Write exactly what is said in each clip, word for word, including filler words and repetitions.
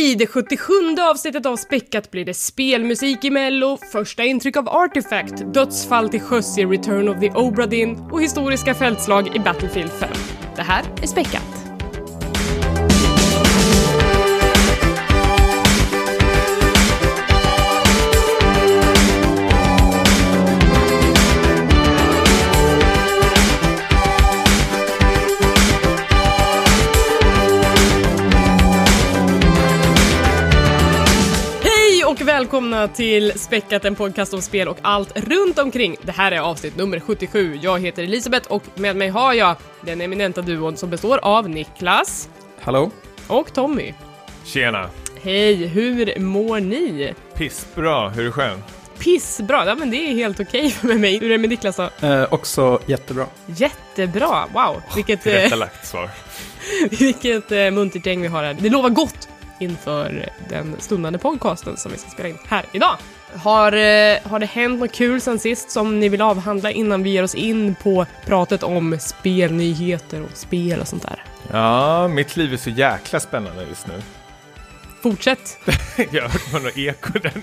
I det sjuttiosjunde avsnittet av Späckat blir det spelmusik i Mello, första intryck av Artifact, dödsfall till sjöss i Return of the Obra Dinn och historiska fältslag i Battlefield fem. Det här är Späckat. Och välkomna till Späckat, en podcast om spel och allt runt omkring. Det här är avsnitt nummer sjuttiosju. Jag heter Elisabeth och med mig har jag den eminenta duon som består av Niklas. Hallå. Och Tommy. Tjena. Hej, hur mår ni? Pissbra, hur är det själv? Pissbra, ja men det är helt okej med mig. Hur är det med Niklas då? Eh, också jättebra. Jättebra, wow. Vilket, oh, rättalagt svar. vilket eh, muntert gäng vi har här. Det lovar gott inför den stundande podcasten som vi ska spela in här idag. Har, eh, har det hänt något kul sen sist som ni vill avhandla innan vi ger oss in på pratet om spelnyheter och spel och sånt där? Ja, mitt liv är så jäkla spännande just nu. Fortsätt. Jag har hört på något eko där.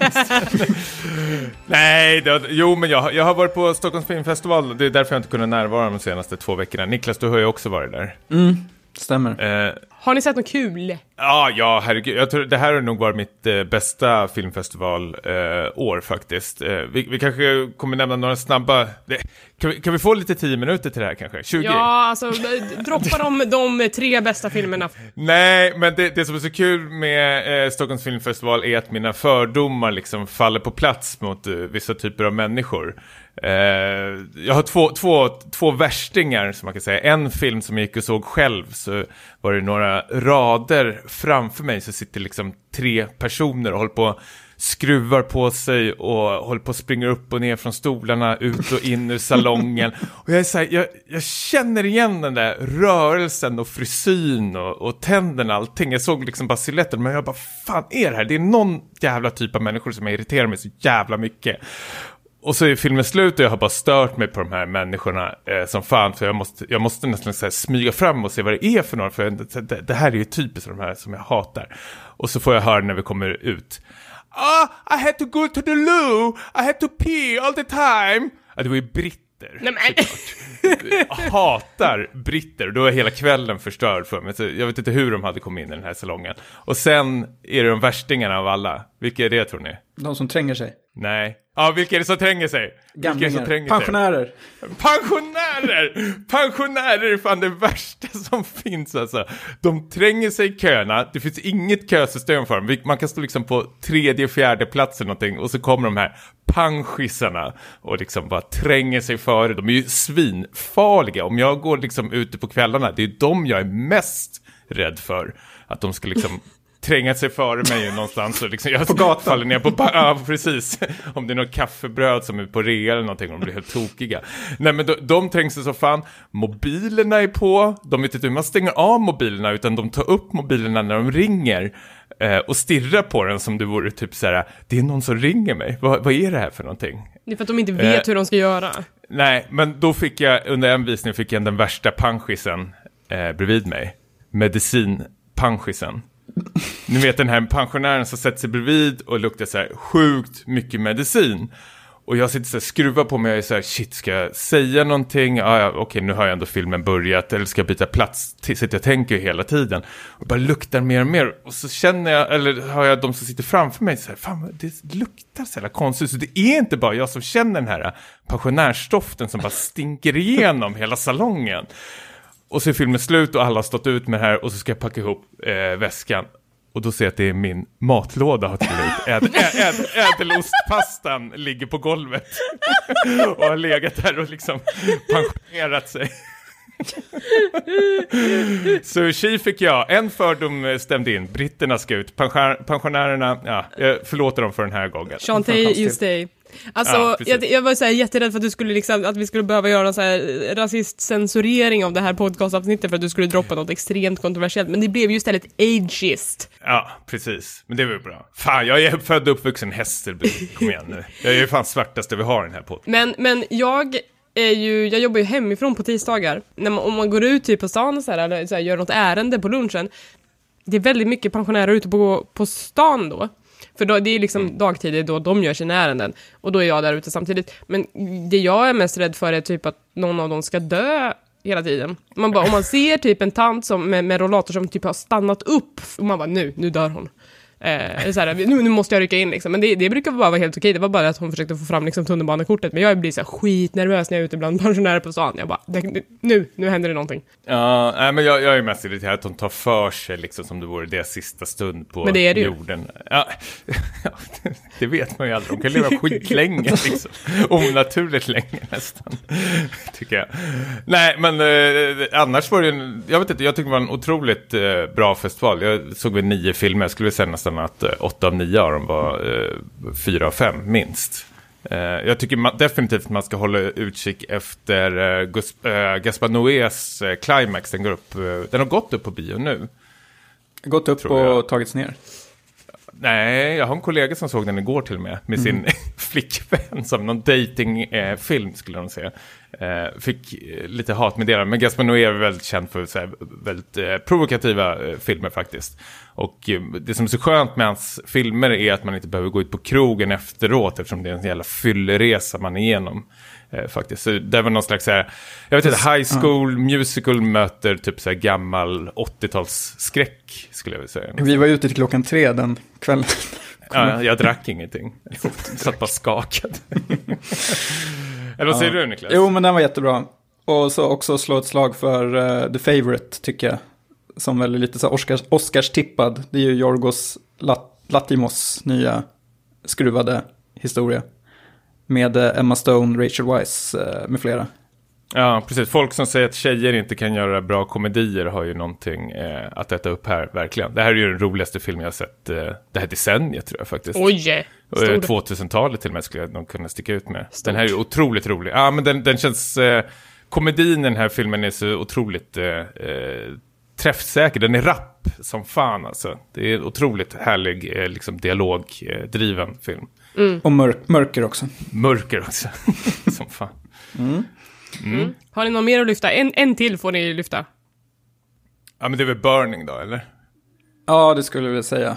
Nej, det, jo men jag, jag har varit på Stockholms filmfestival. Det är därför jag inte kunnat närvara de senaste två veckorna. Niklas, du har ju också varit där. Mm, stämmer. Eh, Har ni sett något kul? Ja, ja, herregud. Jag tror det här har nog varit mitt eh, bästa filmfestival-år eh, faktiskt. Eh, vi, vi kanske kommer nämna några snabba... Det, kan, vi, kan vi få lite tio minuter till det här kanske? tjugo? Ja, alltså droppa de, de tre bästa filmerna. Nej, men det, det som är så kul med eh, Stockholms filmfestival är att mina fördomar liksom faller på plats mot eh, vissa typer av människor. Eh, jag har två, två, två värstingar som man kan säga. En film som jag gick och såg själv, så var det några rader framför mig så sitter liksom tre personer och håller på skruvar på sig och håller på att springa upp och ner från stolarna, ut och in ur salongen. Och jag är så här, jag, jag känner igen den där rörelsen och frisyn och, och tänderna, allting. Jag såg liksom bara silhuetten, men jag bara, fan är det här? Det är någon jävla typ av människor som irriterar mig så jävla mycket. Och så är filmen slut och jag har bara stört mig på de här människorna eh, som fan. För jag måste, jag måste nästan så här smyga fram och se vad det är för några. För det, det här är ju typiskt de här som jag hatar. Och så får jag höra när vi kommer ut. Ah, I had to go to the loo. I had to pee all the time. Ah, det var ju britter. Nej, men. Jag hatar britter. Och då är hela kvällen förstörd för mig. Så jag vet inte hur de hade kommit in i den här salongen. Och sen är det de värstingarna av alla. Vilka är det tror ni? De som tränger sig. Nej. Ja, vilka är det som tränger sig? Gamlingar. Som tränger Pensionärer. Sig? Pensionärer! Pensionärer är fan det värsta som finns alltså. De tränger sig i köerna. Det finns inget kösystem för dem. Man kan stå liksom på tredje, fjärde plats eller någonting. Och så kommer de här pensionärerna och liksom bara tränger sig före. De är ju svinfarliga. Om jag går liksom ute på kvällarna, det är de jag är mest rädd för. Att de ska liksom... trängat sig före mig någonstans och liksom jag på gatan. faller ner på ja, precis. Om det är något kaffebröd som är på rea eller någonting, de blir helt tokiga. Nej men de, de trängs sig så fan. Mobilerna är på. De vet inte hur man stänger av mobilerna, utan de tar upp mobilerna när de ringer eh, och stirrar på den som det vore typ så här: det är någon som ringer mig. Vad, vad är det här för någonting? Det är för att de inte vet eh, hur de ska göra. Nej, men då fick jag under en visning fick jag den värsta panschisen eh, bredvid mig. Medicinpanschisen. Ni vet den här pensionären som sätter sig bredvid och luktar så här sjukt mycket medicin. Och jag sitter så här, skruvar på mig och är så här, shit, ska jag säga någonting? Ah, ja, okej, nu har jag ändå filmen börjat. Eller ska jag byta plats? Så jag tänker ju hela tiden. Och bara luktar mer och mer. Och så känner jag, eller har jag de som sitter framför mig så här, fan, det luktar så jävla konstigt. Så det är inte bara jag som känner den här pensionärsdoften som bara stinker igenom hela salongen. Och så är filmen slut och alla har stått ut med det här. Och så ska jag packa ihop eh, väskan. Och då ser jag att det är min matlåda har till ut. Äd, äd, äd, ädelostpastan ligger på golvet. Och har legat där och liksom pensionerat sig. Så tji fick jag. En fördom stämde in. Britterna ska ut. Pensionär, pensionärerna, ja, jag förlåter dem för den här gången. Shantae, you stay. Alltså, ja, jag, jag var så här jätterädd för att du skulle liksom, att vi skulle behöva göra en så här rasistcensurering av det här podcastavsnittet för att du skulle droppa något extremt kontroversiellt, men det blev ju istället ageist. Ja, precis. Men det var ju bra. Fan, jag är född och uppvuxen Hässelby. Kom igen nu. Jag är ju fan svartaste vi har den här podden. Men, men jag är ju, jag jobbar ju hemifrån på tisdagar. När man, om man går ut typ på stan och så här, eller så här, gör något ärende på lunchen, det är väldigt mycket pensionärer ute på, på stan då. För då, det är liksom mm. dagtider då de gör sina ärenden. Och då är jag där ute samtidigt. Men det jag är mest rädd för är typ att någon av dem ska dö hela tiden. Man bara, om man ser typ en tant som, med, med rollator som typ har stannat upp. Och man bara, nu, nu dör hon. Eh, så här, nu, nu måste jag rycka in liksom. Men det, det brukar bara vara helt okej. Det var bara att hon försökte få fram liksom, tunnelbanekortet. Men jag blir så här skitnervös när jag är ute bland pensionärer på stan. Jag bara, det, nu, nu händer det någonting. Ja, nej, men jag, jag är mest irriterad att hon tar för sig liksom, som det vore det sista stund på men det är det jorden. Ja, ja, det vet man ju aldrig. De kan leva skitlänge liksom. Onaturligt länge nästan, tycker jag. Nej, men eh, annars var det en, jag vet inte, jag tycker det var en otroligt eh, bra festival. Jag såg väl nio filmer, jag skulle säga nästan att eh, åtta av nio av dem var eh, fyra av fem minst. Eh, jag tycker man, definitivt man ska hålla utkik efter eh, Gus, eh, Gaspar Noés eh, Climax. Den går upp, eh, den har gått upp på bio nu. Gått upp och jag. tagits ner. Nej, jag har en kollega som såg den igår till och med. Med mm. sin flickvän som någon datingfilm eh, skulle de säga. Eh, fick eh, lite hat med det. Men Gaspar Noé är väldigt känd för så här, väldigt eh, provokativa eh, filmer faktiskt. Och eh, det som är så skönt med hans filmer är att man inte behöver gå ut på krogen efteråt. Eftersom det är en jävla fylleresa man är igenom. Eh, faktiskt. Så det var någon slags så här, jag vet inte, high school musical möter typ så här gammal åttiotalsskräck skulle jag vilja säga. Vi var ute till klockan tre den kvällen. Ja, jag drack ingenting. Jag satt bara skakad. Eller vad säger ja. du, Niklas? Jo, men den var jättebra. Och så också slå ett slag för uh, The Favourite, tycker jag. Som väl är lite så Oscars, Oscars tippad. Det är ju Yorgos Lat- Latimos nya skruvade historia. Med uh, Emma Stone, Rachel Weisz uh, med flera. Ja, precis. Folk som säger att tjejer inte kan göra bra komedier har ju någonting eh, att äta upp här, verkligen. Det här är ju den roligaste filmen jag har sett eh, det här decenniet, tror jag faktiskt. Oj! Stort. tvåtusentalet till och med skulle jag nog kunna sticka ut med. Stort. Den här är ju otroligt rolig. Ja, men den, den känns... Eh, komedin i den här filmen är så otroligt eh, eh, träffsäker. Den är rapp som fan, alltså. Det är en otroligt härlig, eh, liksom dialogdriven eh, film. Mm. Och mörk, mörker också. Mörker också, som fan. Mm. Mm. Mm. Har ni någon mer att lyfta? En, en till får ni lyfta. Ja, men det är väl Burning då, eller? Ja, det skulle jag vilja säga.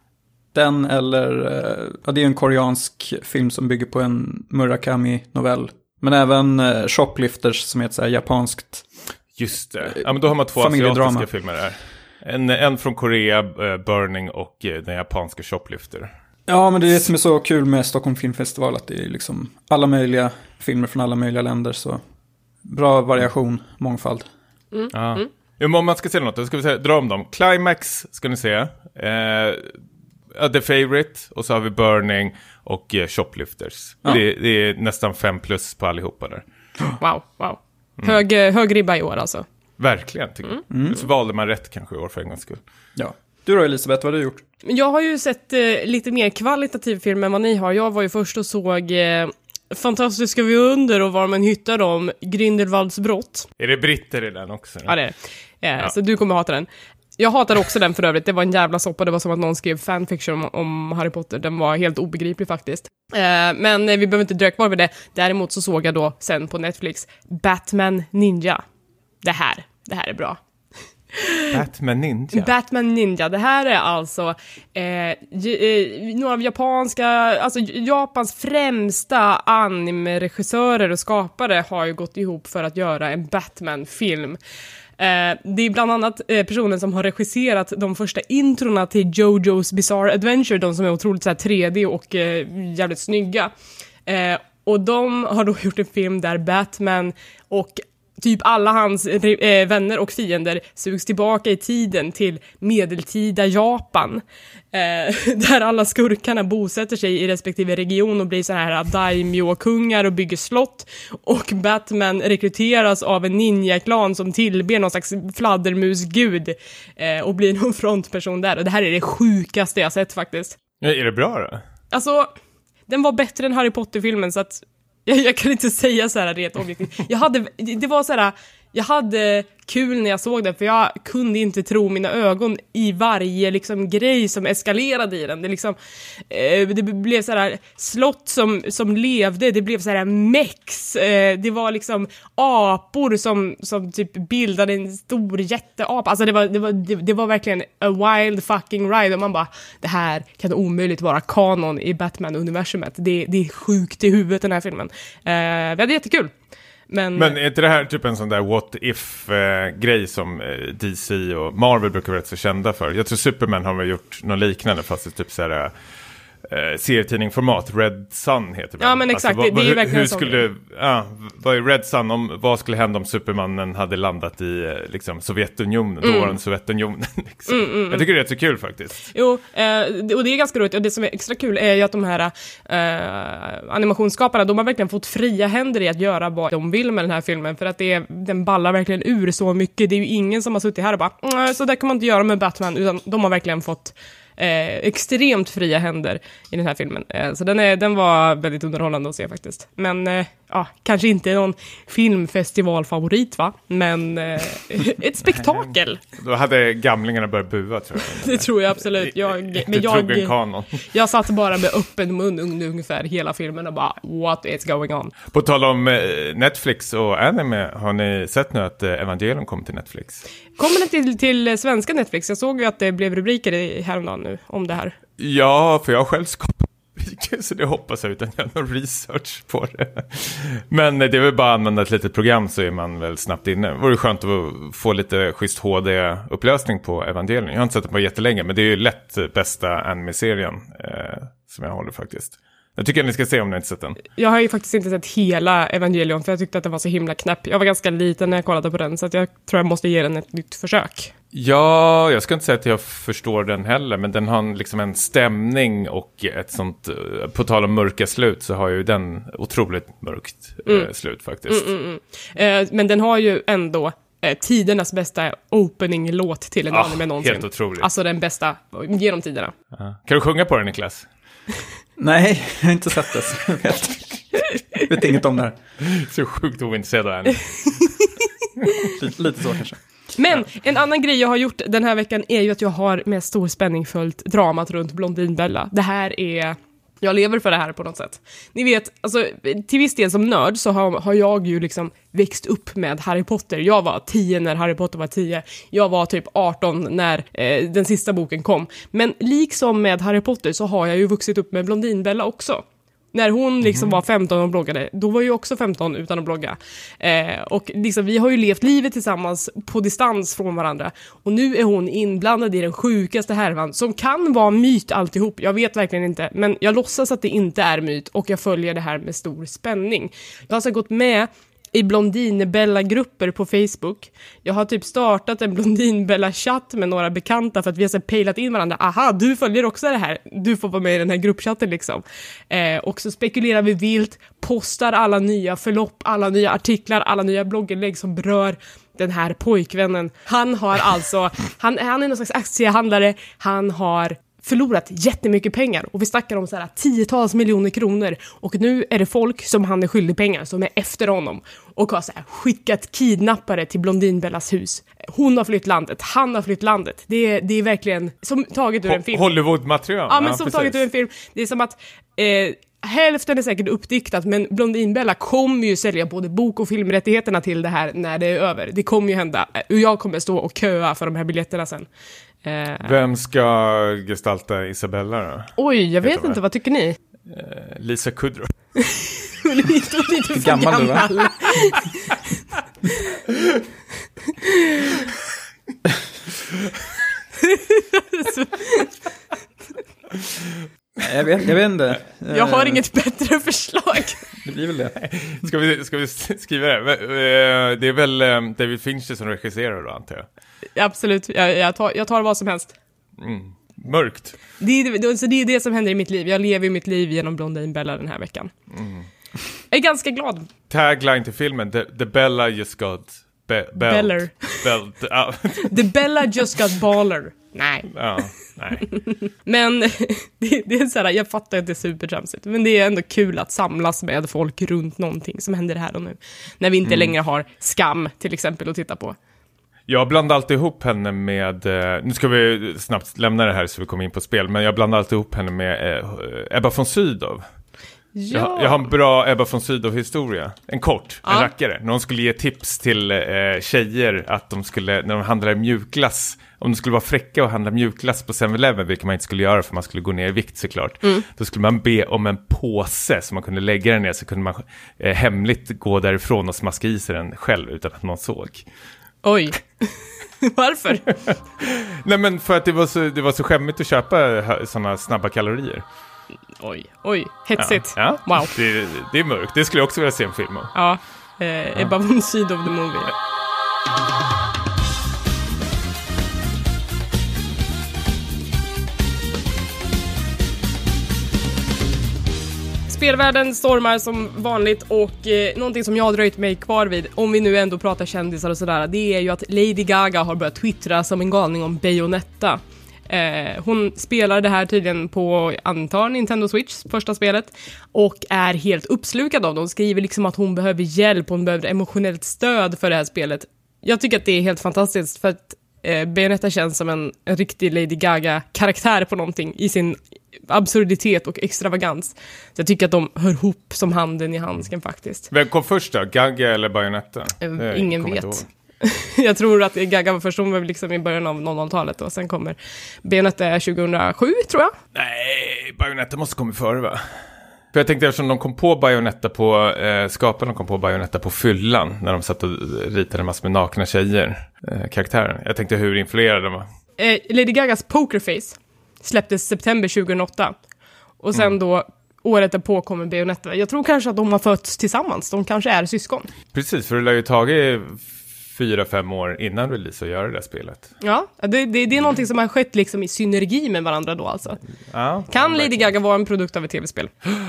Den eller... Ja, det är en koreansk film som bygger på en Murakami-novell. Men även uh, Shoplifters som är ett så här japanskt... Just det. Ja, men då har man två asiatiska filmer där. En, en från Korea, uh, Burning, och uh, den japanska Shoplifter. Ja, men det är det som är så kul med Stockholm Filmfestival. Att det är liksom alla möjliga filmer från alla möjliga länder, så... Bra variation, mångfald. Mm. Ja. Mm. Jo, om man ska säga något, då ska vi säga, dra om dem. Climax ska ni se. Eh, The Favourite. Och så har vi Burning och eh, Shoplifters. Ja. Det, det är nästan fem plus på allihopa där. Wow, wow. Mm. Hög, hög ribba i år alltså. Verkligen, tycker jag. Mm. Mm. Så valde man rätt kanske i år för en gångs skull. Ja. Du då, Elisabeth, vad har du gjort? Jag har ju sett eh, lite mer kvalitativ film än vad ni har. Jag var ju först och såg... Eh, Fantastiska vidunder och var man hittar dem, Grindelwalds brott. Är det britter i den också? Ja, det är det. Ja, ja. Så du kommer hata den. Jag hatar också den för övrigt. Det var en jävla soppa. Det var som att någon skrev fanfiction om, om Harry Potter. Den var helt obegriplig faktiskt. Eh, men vi behöver inte dröka kvar med det. Däremot så såg jag då sen på Netflix Batman Ninja. Det här. Det här är bra. Batman Ninja. Batman Ninja. Det här är alltså eh, j- några av japanska, alltså Japans främsta anime-regissörer och skapare har ju gått ihop för att göra en Batman-film. Eh, det är bland annat eh, personen som har regisserat de första introna till JoJo's Bizarre Adventure, de som är otroligt så här tre D och eh, jävligt snygga. Eh, och de har då gjort en film där Batman och typ alla hans eh, vänner och fiender sugs tillbaka i tiden till medeltida Japan. Eh, där alla skurkarna bosätter sig i respektive region och blir så här daimyo-kungar och bygger slott. Och Batman rekryteras av en ninja-klan som tillber någon slags fladdermusgud eh, och blir någon frontperson där. Och det här är det sjukaste jag sett faktiskt. Ja, är det bra då? Alltså, den var bättre än Harry Potter-filmen så att... Jag, jag kan inte säga så här rent objektivt. Jag hade, det var så här, jag hade kul när jag såg den, för jag kunde inte tro mina ögon i varje liksom grej som eskalerade i den. Det liksom eh, det blev så här slott som som levde, det blev så här mex, eh, det var liksom apor som som typ bildade en stor jätteapa. Alltså det var det var det, det var verkligen a wild fucking ride, och man bara, det här kan omöjligt vara kanon i Batman-universumet. Det det är sjukt i huvudet, den här filmen. Eh, vi hade jättekul. Men, Men är inte det här typ en sån där what if-grej som eh, D C och Marvel brukar vara rätt så kända för? Jag tror Superman har väl gjort något liknande, fast det typ så här eh, serietidningformat. Red Sun heter det. Ja, men exakt. Alltså, det, det är ju verkligen hur så. skulle, ja, vad är Red Sun om, vad skulle hända om Supermannen hade landat i eh, liksom, Sovjetunionen, mm. dåvarande Sovjetunionen. Liksom. Mm, mm, jag tycker det är rätt så kul faktiskt. Jo, eh, och det är ganska roligt. Och det som är extra kul är ju att de här eh, animationsskaparna, de har verkligen fått fria händer i att göra vad de vill med den här filmen. För att det är, den ballar verkligen ur så mycket. Det är ju ingen som har suttit här och bara, så där kan man inte göra med Batman. Utan de har verkligen fått Eh, extremt fria händer i den här filmen. Eh, så den, är, den var väldigt underhållande att se faktiskt. Men eh, ja, kanske inte någon filmfestivalfavorit, va? Men eh, ett spektakel. Då hade gamlingarna börjat bua, tror jag. Det tror jag absolut. Jag, men jag, jag satt bara med öppen mun ungefär hela filmen och bara, what is going on? På tal om eh, Netflix och anime, har ni sett nu att eh, Evangelion kom till Netflix? Kommer det till, till svenska Netflix? Jag såg ju att det blev rubriker i häromdagen nu om det här. Ja, för jag har själv skapat rubriker, så det hoppas jag utan att göra någon research på det. Men det är väl bara att använda ett litet program så är man väl snabbt inne. Det vore skönt att få lite schysst H D-upplösning på Evangelion. Jag har inte sett det på jättelänge, men det är ju lätt bästa anime-serien eh, som jag håller faktiskt. Jag tycker att ni ska se om ni inte sett den. Jag har ju faktiskt inte sett hela Evangelion, för jag tyckte att den var så himla knäpp. Jag var ganska liten när jag kollade på den, så att jag tror jag måste ge den ett nytt försök. Ja, jag ska inte säga att jag förstår den heller, men den har liksom en stämning och ett sånt, på tal om mörka slut, så har ju den otroligt mörkt mm. eh, slut faktiskt. Mm, mm, mm. Eh, men den har ju ändå eh, tidernas bästa opening-låt till en ah, anime någonsin. Helt otroligt. Alltså den bästa genom tiderna. Aha. Kan du sjunga på den, Niklas? Nej, jag har inte sett det. Jag vet, jag vet inget om det här. Så sjukt ointresserad av henne. lite, lite så kanske. Men en annan grej jag har gjort den här veckan är ju att jag har med stor spänning följt dramat runt Blondinbella. Det här är... Jag lever för det här på något sätt. Ni vet, alltså, till viss del som nörd så har, har jag ju liksom växt upp med Harry Potter. Jag var tio när Harry Potter var tio. Jag var typ arton när eh, den sista boken kom. Men liksom med Harry Potter så har jag ju vuxit upp med Blondinbella också. När hon liksom var femton och bloggade, då var jag också femton utan att blogga. Eh, och liksom, vi har ju levt livet tillsammans på distans från varandra. Och nu är hon inblandad i den sjukaste härvan, som kan vara myt alltihop. Jag vet verkligen inte, men jag låtsas att det inte är myt, och jag följer det här med stor spänning. Jag har alltså gått med i Blondinbella-grupper på Facebook. Jag har typ startat en Blondinbella-chatt med några bekanta för att vi har så pejlat in varandra. Aha, du följer också det här. Du får vara med i den här gruppchatten liksom. Eh, och så spekulerar vi vilt, postar alla nya förlopp, alla nya artiklar, alla nya blogginlägg som berör den här pojkvännen. Han har alltså, han, han är någon slags aktiehandlare, han har förlorat jättemycket pengar, och vi snackar om så här tiotals miljoner kronor, och nu är det folk som han är skyldig pengar som är efter honom och har så här skickat kidnappare till Blondinbellas hus. Hon har flytt landet, han har flytt landet. Det är, det är verkligen som taget ur en film. Hollywood-material. Ja, men ja, som precis. Taget ur en film. Det är som att eh, hälften är säkert uppdiktat, men Blondinbella kommer ju sälja både bok- och filmrättigheterna till det här när det är över. Det kommer ju hända. Och jag kommer stå och köa för de här biljetterna sen. Eh, Vem ska gestalta Isabella då? Oj, jag vet, vet inte, vad tycker ni? Eh, Lisa Kudrow. lite, lite för gammal, gammal. Va? jag, vet, jag vet inte. Jag har inget bättre förslag. Det blir väl det. Ska vi, ska vi skriva det? Det är väl David Fincher som regisserar då, antar jag. Absolut, jag, jag, tar, jag tar vad som helst. Mm. Mörkt. Det är, så det är det som händer i mitt liv. Jag lever i mitt liv genom Blondinbella den här veckan. Mm. Jag är ganska glad. Tagline till filmen: The, the Bella just got be, belt. Beller. Belt. Uh. The Bella just got baller. Nej. Ja, nej. Men det, det är så här, jag fattar att det är supertramsigt, men det är ändå kul att samlas med folk runt någonting som händer här och nu. När vi inte mm. längre har Skam till exempel att titta på. Jag blandar alltid ihop henne med, eh, nu ska vi snabbt lämna det här så vi kommer in på spel, men jag blandar alltid ihop henne med eh, Ebba von Sydow. Ja. Jag, jag har en bra Ebba von Sydow-historia. En kort, ja. en rackare. När hon skulle ge tips till eh, tjejer att de skulle, när de handlar mjukglass, om de skulle vara fräcka och handla mjukglass på seven eleven, vilket man inte skulle göra för man skulle gå ner i vikt såklart. Mm. Då skulle man be om en påse så man kunde lägga den ner, så kunde man eh, hemligt gå därifrån och smaska i sig den själv utan att någon såg. Oj, varför? Nej, men för att det var så, det var så skämmigt att köpa sådana snabba kalorier. Oj, oj, hetsigt. Ja, ja. Wow. Det, det är mörkt, det skulle jag också vilja se en film om. Ja, eh, Ebba von Sydow the movie. Spelvärlden stormar som vanligt och eh, någonting som jag har dröjt mig kvar vid, om vi nu ändå pratar kändisar och sådär, det är ju att Lady Gaga har börjat twittra som en galning om Bayonetta. Eh, hon spelar det här tydligen på, antar, Nintendo Switch, första spelet, och är helt uppslukad av det. Hon skriver liksom att hon behöver hjälp, hon behöver emotionellt stöd för det här spelet. Jag tycker att det är helt fantastiskt för att eh, Bayonetta känns som en, en riktig Lady Gaga-karaktär på någonting i sin absurditet och extravagans. Så jag tycker att de hör ihop som handen i handsken faktiskt. Vem kom först då? Gaga eller Bayonetta? Eh, ingen vet. Jag tror att Gaga var först, hon var liksom i början av nolltalet och sen kommer Bayonetta tjugohundrasju, tror jag. Nej, Bayonetta måste komma före, va? För jag tänkte eftersom de kom på Bayonetta på, eh, skaparna kom på Bayonetta på fyllan när de satt och ritade massor med nakna tjejer, eh, karaktären. Jag tänkte hur influerade de var. Eh, Lady Gagas Pokerface släpptes september tjugohundraåtta. Och sen mm. då, året därpå kommer Bayonetta. Jag tror kanske att de har fötts tillsammans. De kanske är syskon. Precis, för det lär ju tagit fyra, fem år innan release att göra det där spelet. Ja, det, det, det är någonting som har skett liksom i synergi med varandra då alltså. Ja, kan Lady Gaga vara en produkt av ett tv-spel?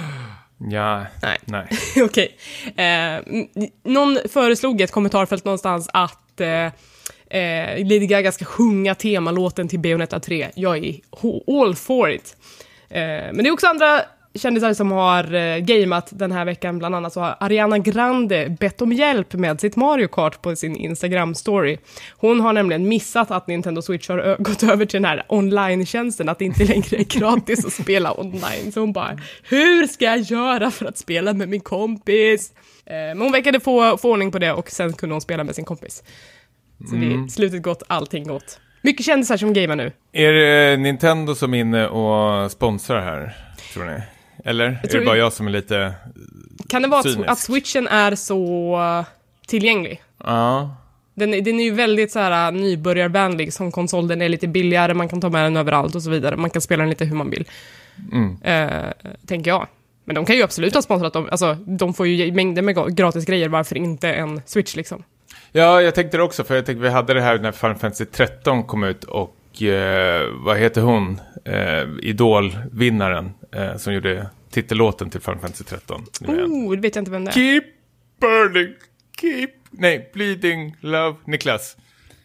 Ja, nej. nej. Okej. Eh, någon föreslog i ett kommentarfält någonstans att eh, eh, Lady Gaga ska sjunga temalåten till Bayonetta tre. Jag är all for it. Eh, men det är också andra kändisar som har eh, gameat den här veckan. Bland annat så har Ariana Grande bett om hjälp med sitt Mario Kart på sin Instagram-story. Hon har nämligen missat att Nintendo Switch har ö- gått över till den här online-tjänsten, att det inte längre är gratis att spela online. Så hon bara, hur ska jag göra för att spela med min kompis? Eh, men hon verkade få, få ordning på det och sen kunde hon spela med sin kompis. Så mm. det är slutet gott, allting gott. Mycket kändisar som gamer nu. Är det Nintendo som är inne och sponsrar här, tror ni? Eller är det bara jag som är lite kan det vara cynisk? Att Switchen är så tillgänglig? Ja. Den, den är ju väldigt så här nybörjarvänlig som konsol. Den är lite billigare, man kan ta med den överallt och så vidare. Man kan spela den lite hur man vill. Mm. Eh, tänker jag. Men de kan ju absolut ha sponsrat dem. Alltså, de får ju mängder med gratis grejer. Varför inte en Switch liksom? Ja, jag tänkte det också. För jag tänkte vi hade det här när Final Fantasy tretton kom ut. Och eh, vad heter hon? Eh, Idol-vinnaren eh, som gjorde titellåten till Final Fantasy tretton. Oh, det vet jag inte vem det är. Keep burning, keep... Nej, bleeding love, Niklas.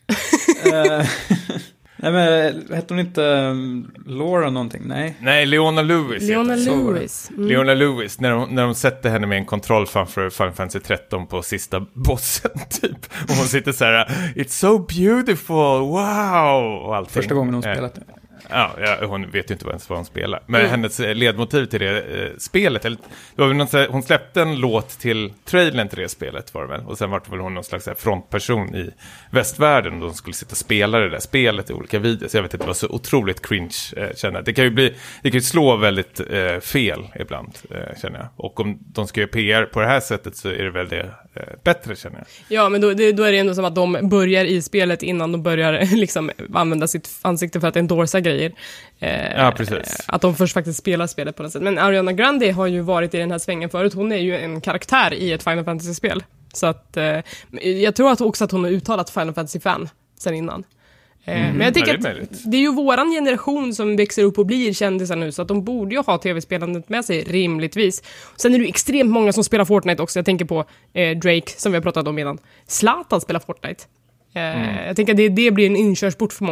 uh, nej, men hette hon inte um, Laura någonting? Nej, Nej Leona Lewis. Leona Lewis. Mm. Leona Lewis, när de, när de sätter henne med en kontroll framför Final Fantasy tretton på sista bossen typ. Och hon sitter så här, it's so beautiful, wow! Och allting. Första gången hon spelat det. Ja, ja, hon vet ju inte ens vad hon spelar. Men mm. hennes ledmotiv till det eh, spelet, eller, det var väl någon, hon släppte en låt till trailern till det spelet var det väl. Och sen var det väl hon någon slags här, frontperson i västvärlden. Och de skulle sitta och spela det där spelet i olika videos. Jag vet inte, det var så otroligt cringe, eh, känner jag. Det kan ju bli, det kan ju slå väldigt eh, fel ibland, eh, känner jag. Och om de ska göra P R på det här sättet så är det väl det eh, bättre, känner jag. Ja, men då, det, då är det ändå som att de börjar i spelet innan de börjar liksom använda sitt ansikte för att endorsa grejer. Eh, ja, precis. Att de först faktiskt spelar spelet på något sätt. Men Ariana Grande har ju varit i den här svängen förut. Hon är ju en karaktär i ett Final Fantasy-spel. Så att eh, jag tror att också att hon har uttalat Final Fantasy-fan sen innan. Eh, mm, men jag tycker ja, det att det är ju våran generation som växer upp och blir kändisar nu, så att de borde ju ha tv-spelandet med sig rimligtvis. Sen är det ju extremt många som spelar Fortnite också. Jag tänker på eh, Drake som vi har pratat om innan. Zlatan spelar Fortnite. Eh, mm. Jag tänker att det, det blir en inkörsport för många.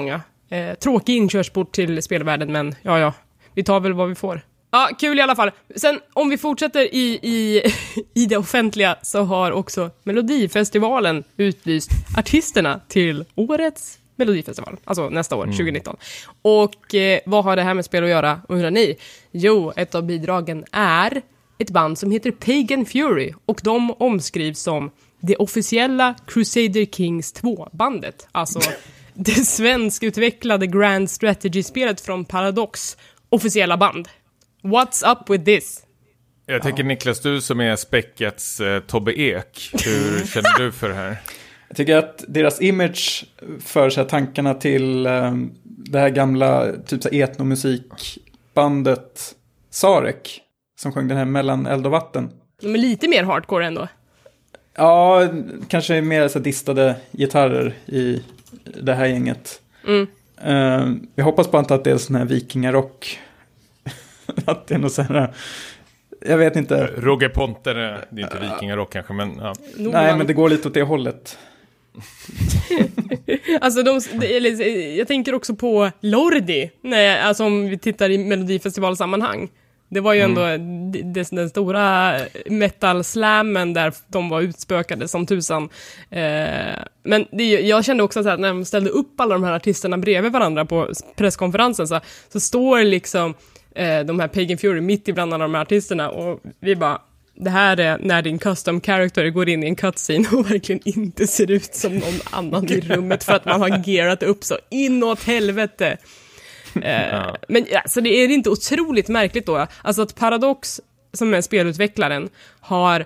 Eh, tråkig inkörsport till spelvärlden, men ja, ja, vi tar väl vad vi får. Ja, kul i alla fall. Sen om vi fortsätter i, i, i det offentliga så har också Melodifestivalen utlyst artisterna till årets Melodifestival, alltså nästa år, mm. tjugonitton. Och eh, vad har det här med spel att göra, undrar ni? Jo, ett av bidragen är ett band som heter Pagan Fury och de omskrivs som det officiella Crusader Kings två-bandet. Alltså det svenskutvecklade Grand Strategy-spelet från Paradox officiella band. What's up with this? Jag tänker ja. Niklas, du som är Späckets eh, Tobbe Ek, hur känner du för det här? Jag tycker att deras image för så här tankarna till um, det här gamla typ så här etnomusikbandet Sarek som sjöng den här Mellan eld och vatten. De är lite mer hardcore ändå. Ja, kanske mer så här distade gitarrer i det här gänget. Mm. Uh, jag hoppas bara inte att det är sån här vikingarock. Att det är något sån här... Jag vet inte. Roger Ponte, det är inte vikingarock kanske, men ja. Nej, men det går lite åt det hållet. Alltså de, jag tänker också på Lordi. Nej, alltså om vi tittar i Melodifestivalsammanhang. Det var ju ändå mm. det, den stora metal-slammen där de var utspökade som tusan. Eh, men det, jag kände också så här, när de ställde upp alla de här artisterna bredvid varandra på presskonferensen så, så står liksom eh, de här Pagan Fury mitt ibland alla de här artisterna och vi bara, det här är när din custom character går in i en cutscene och verkligen inte ser ut som någon annan i rummet för att man har gearat upp så inåt helvete. Eh, ja. Men alltså, det är inte otroligt märkligt då. Alltså att Paradox, som är spelutvecklaren, har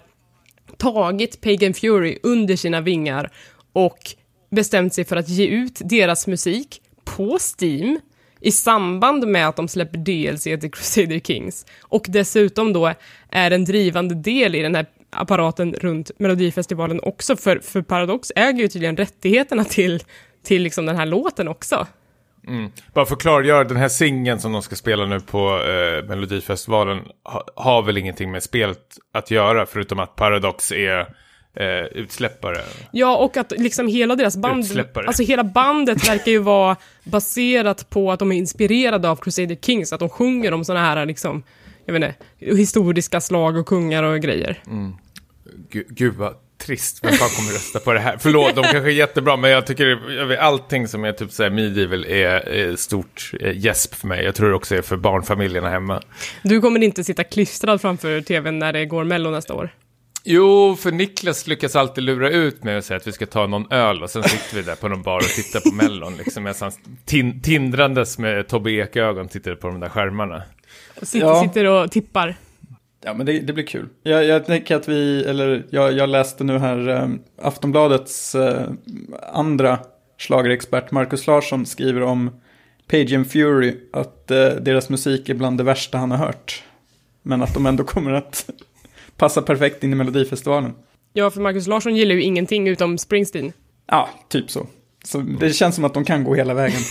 tagit Pagan Fury under sina vingar och bestämt sig för att ge ut deras musik på Steam i samband med att de släpper D L C till Crusader Kings. Och dessutom då är en drivande del i den här apparaten runt Melodifestivalen också. För, för Paradox äger ju tydligen rättigheterna till, till liksom den här låten också. Mm. Bara för att klargöra, den här singeln som de ska spela nu på eh, Melodifestivalen ha, har väl ingenting med spelet att göra förutom att Paradox är eh, utsläppare. Ja, och att liksom hela deras band, alltså hela bandet verkar ju vara baserat på att de är inspirerade av Crusader Kings, att de sjunger om såna här liksom, jag vet inte, historiska slag och kungar och grejer. Mm. Gu- Gud vad trist, vem fan kommer rösta på det här? Förlåt, de kanske är jättebra, men jag tycker jag vet, allting som är typ såhär medieval är, är stort gäsp för mig. Jag tror det också är för barnfamiljerna hemma. Du kommer inte sitta klistrad framför tvn när det går Mello nästa år? Jo, för Niklas lyckas alltid lura ut med att säga att vi ska ta någon öl och sen sitter vi där på någon bar och tittar på Mellon liksom med tin- tindrandes med Tobbe Ek-ögon tittar på de där skärmarna. Och sitter, ja. sitter och tippar. Ja, men det, det blir kul. Jag, jag tänker att vi, eller jag, jag läste nu här um, Aftonbladets uh, andra schlagerexpert Marcus Larsson skriver om Pagan Fury att uh, deras musik är bland det värsta han har hört. Men att de ändå kommer att passa perfekt in i Melodifestivalen. Ja, för Marcus Larsson gillar ju ingenting utom Springsteen. Ja, typ så. Så det känns som att de kan gå hela vägen.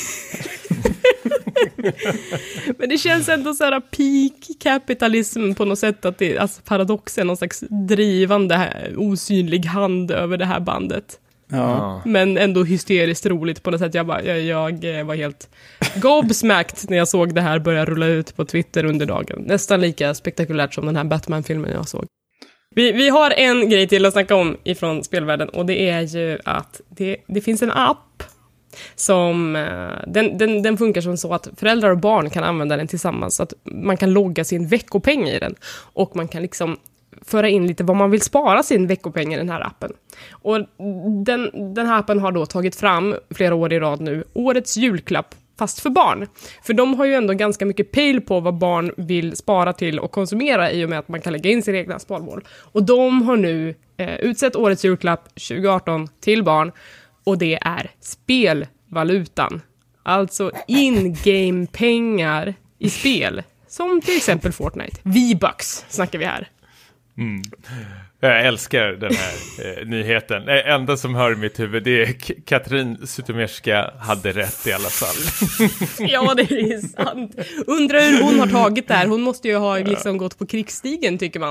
Men det känns ändå så här peak kapitalism på något sätt, att det, alltså Paradox är någon slags drivande här, osynlig hand över det här bandet. Ja. Men ändå hysteriskt roligt på något sätt. Jag, bara, jag, jag var helt gobsmacked när jag såg det här börja rulla ut på Twitter under dagen. Nästan lika spektakulärt som den här Batman-filmen jag såg. Vi, vi har en grej till att snacka om ifrån spelvärlden, och det är ju att det, det finns en app som den, den, den funkar som så att föräldrar och barn kan använda den tillsammans, så att man kan logga sin veckopeng i den och man kan liksom föra in lite vad man vill spara sin veckopeng i den här appen. Och den, den här appen har då tagit fram flera år i rad nu årets julklapp fast för barn. För de har ju ändå ganska mycket pejl på vad barn vill spara till och konsumera i och med att man kan lägga in sina egna sparmål. Och de har nu eh, utsett årets julklapp tjugo arton till barn, och det är spelvalutan. Alltså in-game-pengar i spel. Som till exempel Fortnite. V-Bucks snackar vi här. Mm. Jag älskar den här eh, nyheten. Det enda som hör i mitt huvud, det är K- Katrin Zytomierska hade rätt i alla fall. Ja, det är sant. Undrar hur hon har tagit det här. Hon måste ju ha liksom gått på krigsstigen, tycker man.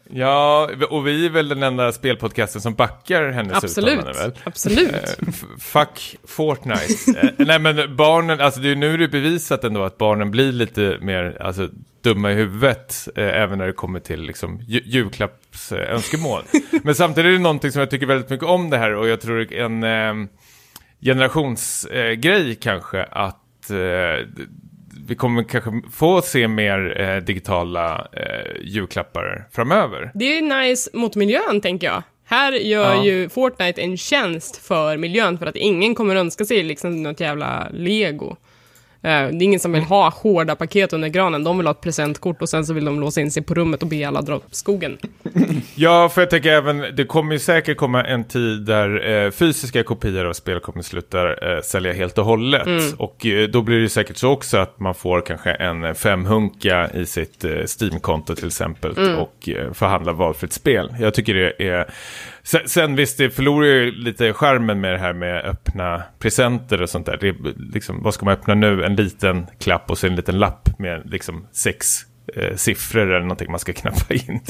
Ja, och vi är väl den enda spelpodcasten som backar hennes Absolut. uttalande väl? Absolut. Uh, f- fuck Fortnite. uh, nej men barnen, alltså det är nu det är bevisat ändå att barnen blir lite mer alltså, dumma i huvudet uh, även när det kommer till liksom, ju- julklappsönskemål. Uh, men samtidigt är det någonting som jag tycker väldigt mycket om det här och jag tror en uh, generationsgrej uh, kanske att uh, vi kommer kanske få se mer eh, digitala eh, julklappar framöver. Det är nice mot miljön, tänker jag. Här gör ja. ju Fortnite en tjänst för miljön för att ingen kommer önska sig liksom något jävla Lego. Det är ingen som vill ha hårda paket under granen. De vill ha ett presentkort och sen så vill de låsa in sig på rummet och be alla dra upp skogen. Ja, för jag tänker även, det kommer ju säkert komma en tid där eh, fysiska kopior av spel kommer sluta eh, sälja helt och hållet. Mm. Och eh, då blir det säkert så också att man får kanske en femhunka i sitt eh, Steam-konto till exempel mm. och eh, förhandla valfritt spel. Jag tycker det är... Sen, sen visst, det förlorar ju lite charmen med det här med öppna presenter och sånt där. Det är liksom, vad ska man öppna nu? En liten klapp och så en liten lapp med liksom sex eh, siffror eller någonting man ska knappa in.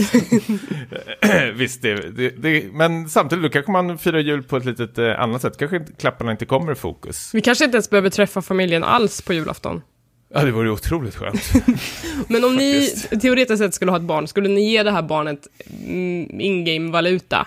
Visst, det, det, det, men samtidigt då kanske man firar jul på ett litet eh, annat sätt. Kanske inte, klapparna inte kommer i fokus. Vi kanske inte ens behöver träffa familjen alls på julafton. Ja, det vore ju otroligt skönt. Men om ni teoretiskt sett skulle ha ett barn, skulle ni ge det här barnet mm, in-game-valuta?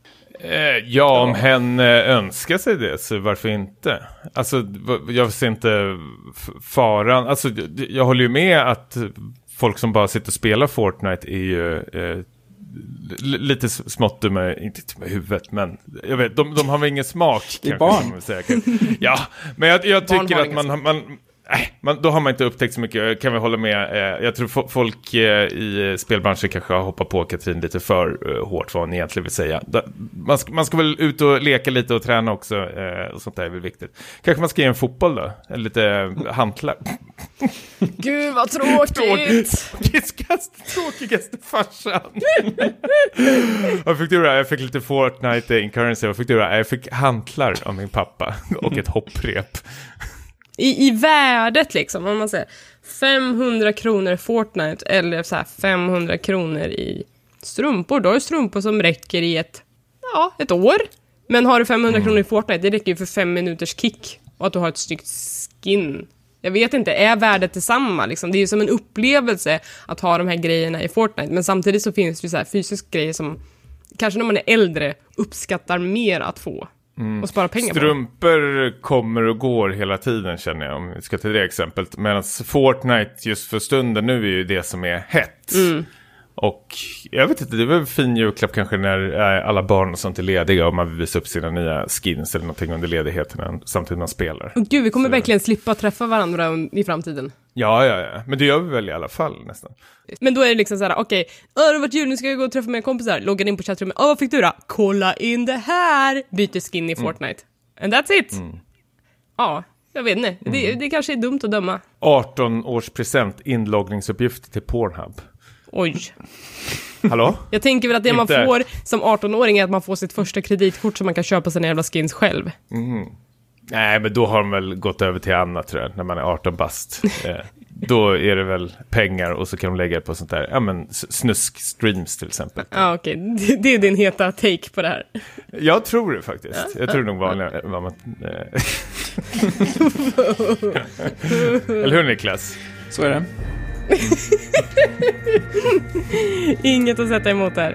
Ja, om hen önskar sig det, så varför inte? Alltså, jag ser inte faran. Alltså, jag håller ju med att folk som bara sitter och spelar Fortnite är ju eh, lite smått dumma, inte med huvudet, men jag vet, de, de har väl ingen smak. Det är barn. Man säga. Ja, men jag, jag tycker att man... man Nej, man, då har man inte upptäckt så mycket, kan vi hålla med. Eh, jag tror fo- folk eh, i spelbranschen kanske har hoppat på Katrin lite för eh, hårt vad hon egentligen vill säga. Da, man, ska, man ska väl ut och leka lite och träna också, eh, och sånt där är väl viktigt. Kanske man ska ge en fotboll då, eller lite eh, hantlar. Gud vad tråkigt! Tråkigaste, tråkigaste farsan. Vad fick du då? Jag fick lite Fortnite in currency. Vad fick du då? Jag fick hantlar av min pappa och ett hopprep. I, I värdet liksom, om man säger femhundra kronor Fortnite eller så här femhundra kronor i strumpor. Då har du strumpor som räcker i ett, ja, ett år. Men har du femhundra mm. kronor i Fortnite, det räcker ju för fem minuters kick. Och att du har ett snyggt skin. Jag vet inte, är värdet detsamma? Liksom? Det är ju som en upplevelse att ha de här grejerna i Fortnite. Men samtidigt så finns det ju så här fysiska grejer som kanske när man är äldre uppskattar mer att få. Mm. Och spara pengar. Strumpor på. Kommer och går hela tiden, känner jag, om vi ska ta det exemplet. Medan Fortnite just för stunden nu är ju det som är hett. Mm. Och jag vet inte, det är väl en fin julklapp kanske när alla barn och sånt är lediga och man vill visa upp sina nya skins eller någonting under ledigheten samtidigt man spelar. Och gud, vi kommer Så. verkligen slippa träffa varandra i framtiden. Ja, ja, ja. Men det gör vi väl i alla fall nästan. Men då är det liksom så här, okej, okay, det har varit jul, nu ska jag gå och träffa mina kompisar. Logga in på chattrummet. Åh, vad fick du då? Kolla in det här! Byter skin i Fortnite. Mm. And that's it! Mm. Ja, jag vet inte. Mm. Det, det kanske är dumt att döma. arton års present, inloggningsuppgift till Pornhub. Oj. Hallå? Jag tänker väl att det man får som arton-åring är att man får sitt första kreditkort så man kan köpa sina jävla skins själv. Mm. Nej, men då har de väl gått över till annat, tror jag, när man är arton bast. eh, då är det väl pengar och så kan de lägga på sånt där, ja men snusk-streams till exempel. Ja, okej. Okay. Det, det är din heta take på det här. Jag tror det faktiskt. Ja, jag tror ja, nog vanliga... Ja. Man, eh. Eller hur, Niklas? Så är det. Inget att sätta emot här.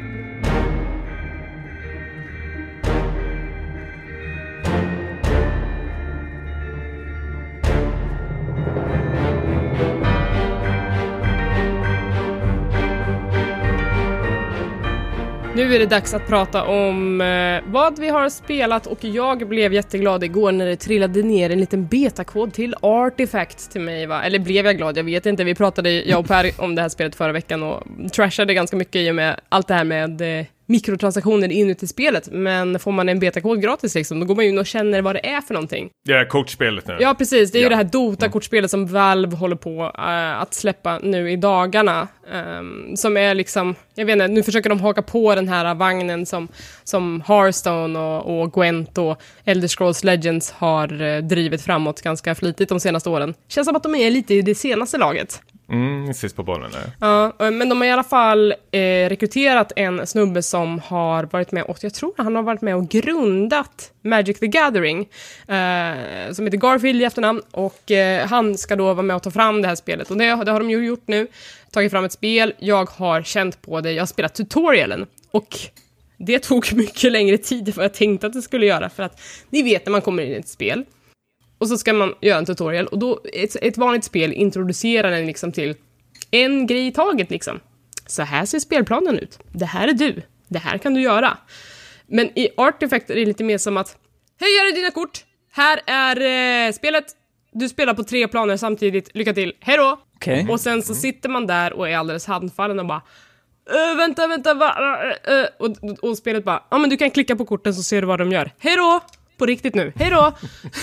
Nu är det dags att prata om eh, vad vi har spelat, och jag blev jätteglad igår när det trillade ner en liten betakod till Artifact till mig, va? Eller blev jag glad? Jag vet inte. Vi pratade, jag och Per, om det här spelet förra veckan och trashade ganska mycket i och med allt det här med eh, mikrotransaktioner inuti spelet. Men får man en betakod gratis liksom, då går man ju in och känner vad det är för någonting. Det är kortspelet nu. Ja, precis. Det är ja. ju det här Dota-kortspelet som Valve håller på uh, att släppa nu i dagarna. Um, som är liksom, jag vet inte, nu försöker de haka på den här vagnen som, som Hearthstone och, och Gwent och Elder Scrolls Legends har uh, drivit framåt ganska flitigt de senaste åren. Känns som att de är lite i det senaste laget. Mm, sist på bollen där. Ja, men de har i alla fall eh, rekryterat en snubbe som har varit med, och jag tror han har varit med och grundat Magic the Gathering, eh, som heter Garfield i efternamn, och eh, han ska då vara med och ta fram det här spelet, och det, det har de ju gjort nu, tagit fram ett spel. Jag har känt på det, jag har spelat tutorialen, och det tog mycket längre tid än vad jag tänkte att det skulle göra, för att ni vet när man kommer in i ett spel och så ska man göra en tutorial, och då ett, ett vanligt spel introducerar den liksom till en grej i taget liksom. Så här ser spelplanen ut. Det här är du. Det här kan du göra. Men i Artifact är det lite mer som att hej, här är dina kort. Här är eh, spelet. Du spelar på tre planer samtidigt. Lycka till. Hej då. Okay. Och sen så sitter man där och är alldeles handfallen och bara äh, vänta, vänta, va? Äh, äh. Och, och, och spelet bara, ja men du kan klicka på korten så ser du vad de gör. Hej då. På riktigt nu. Hej då.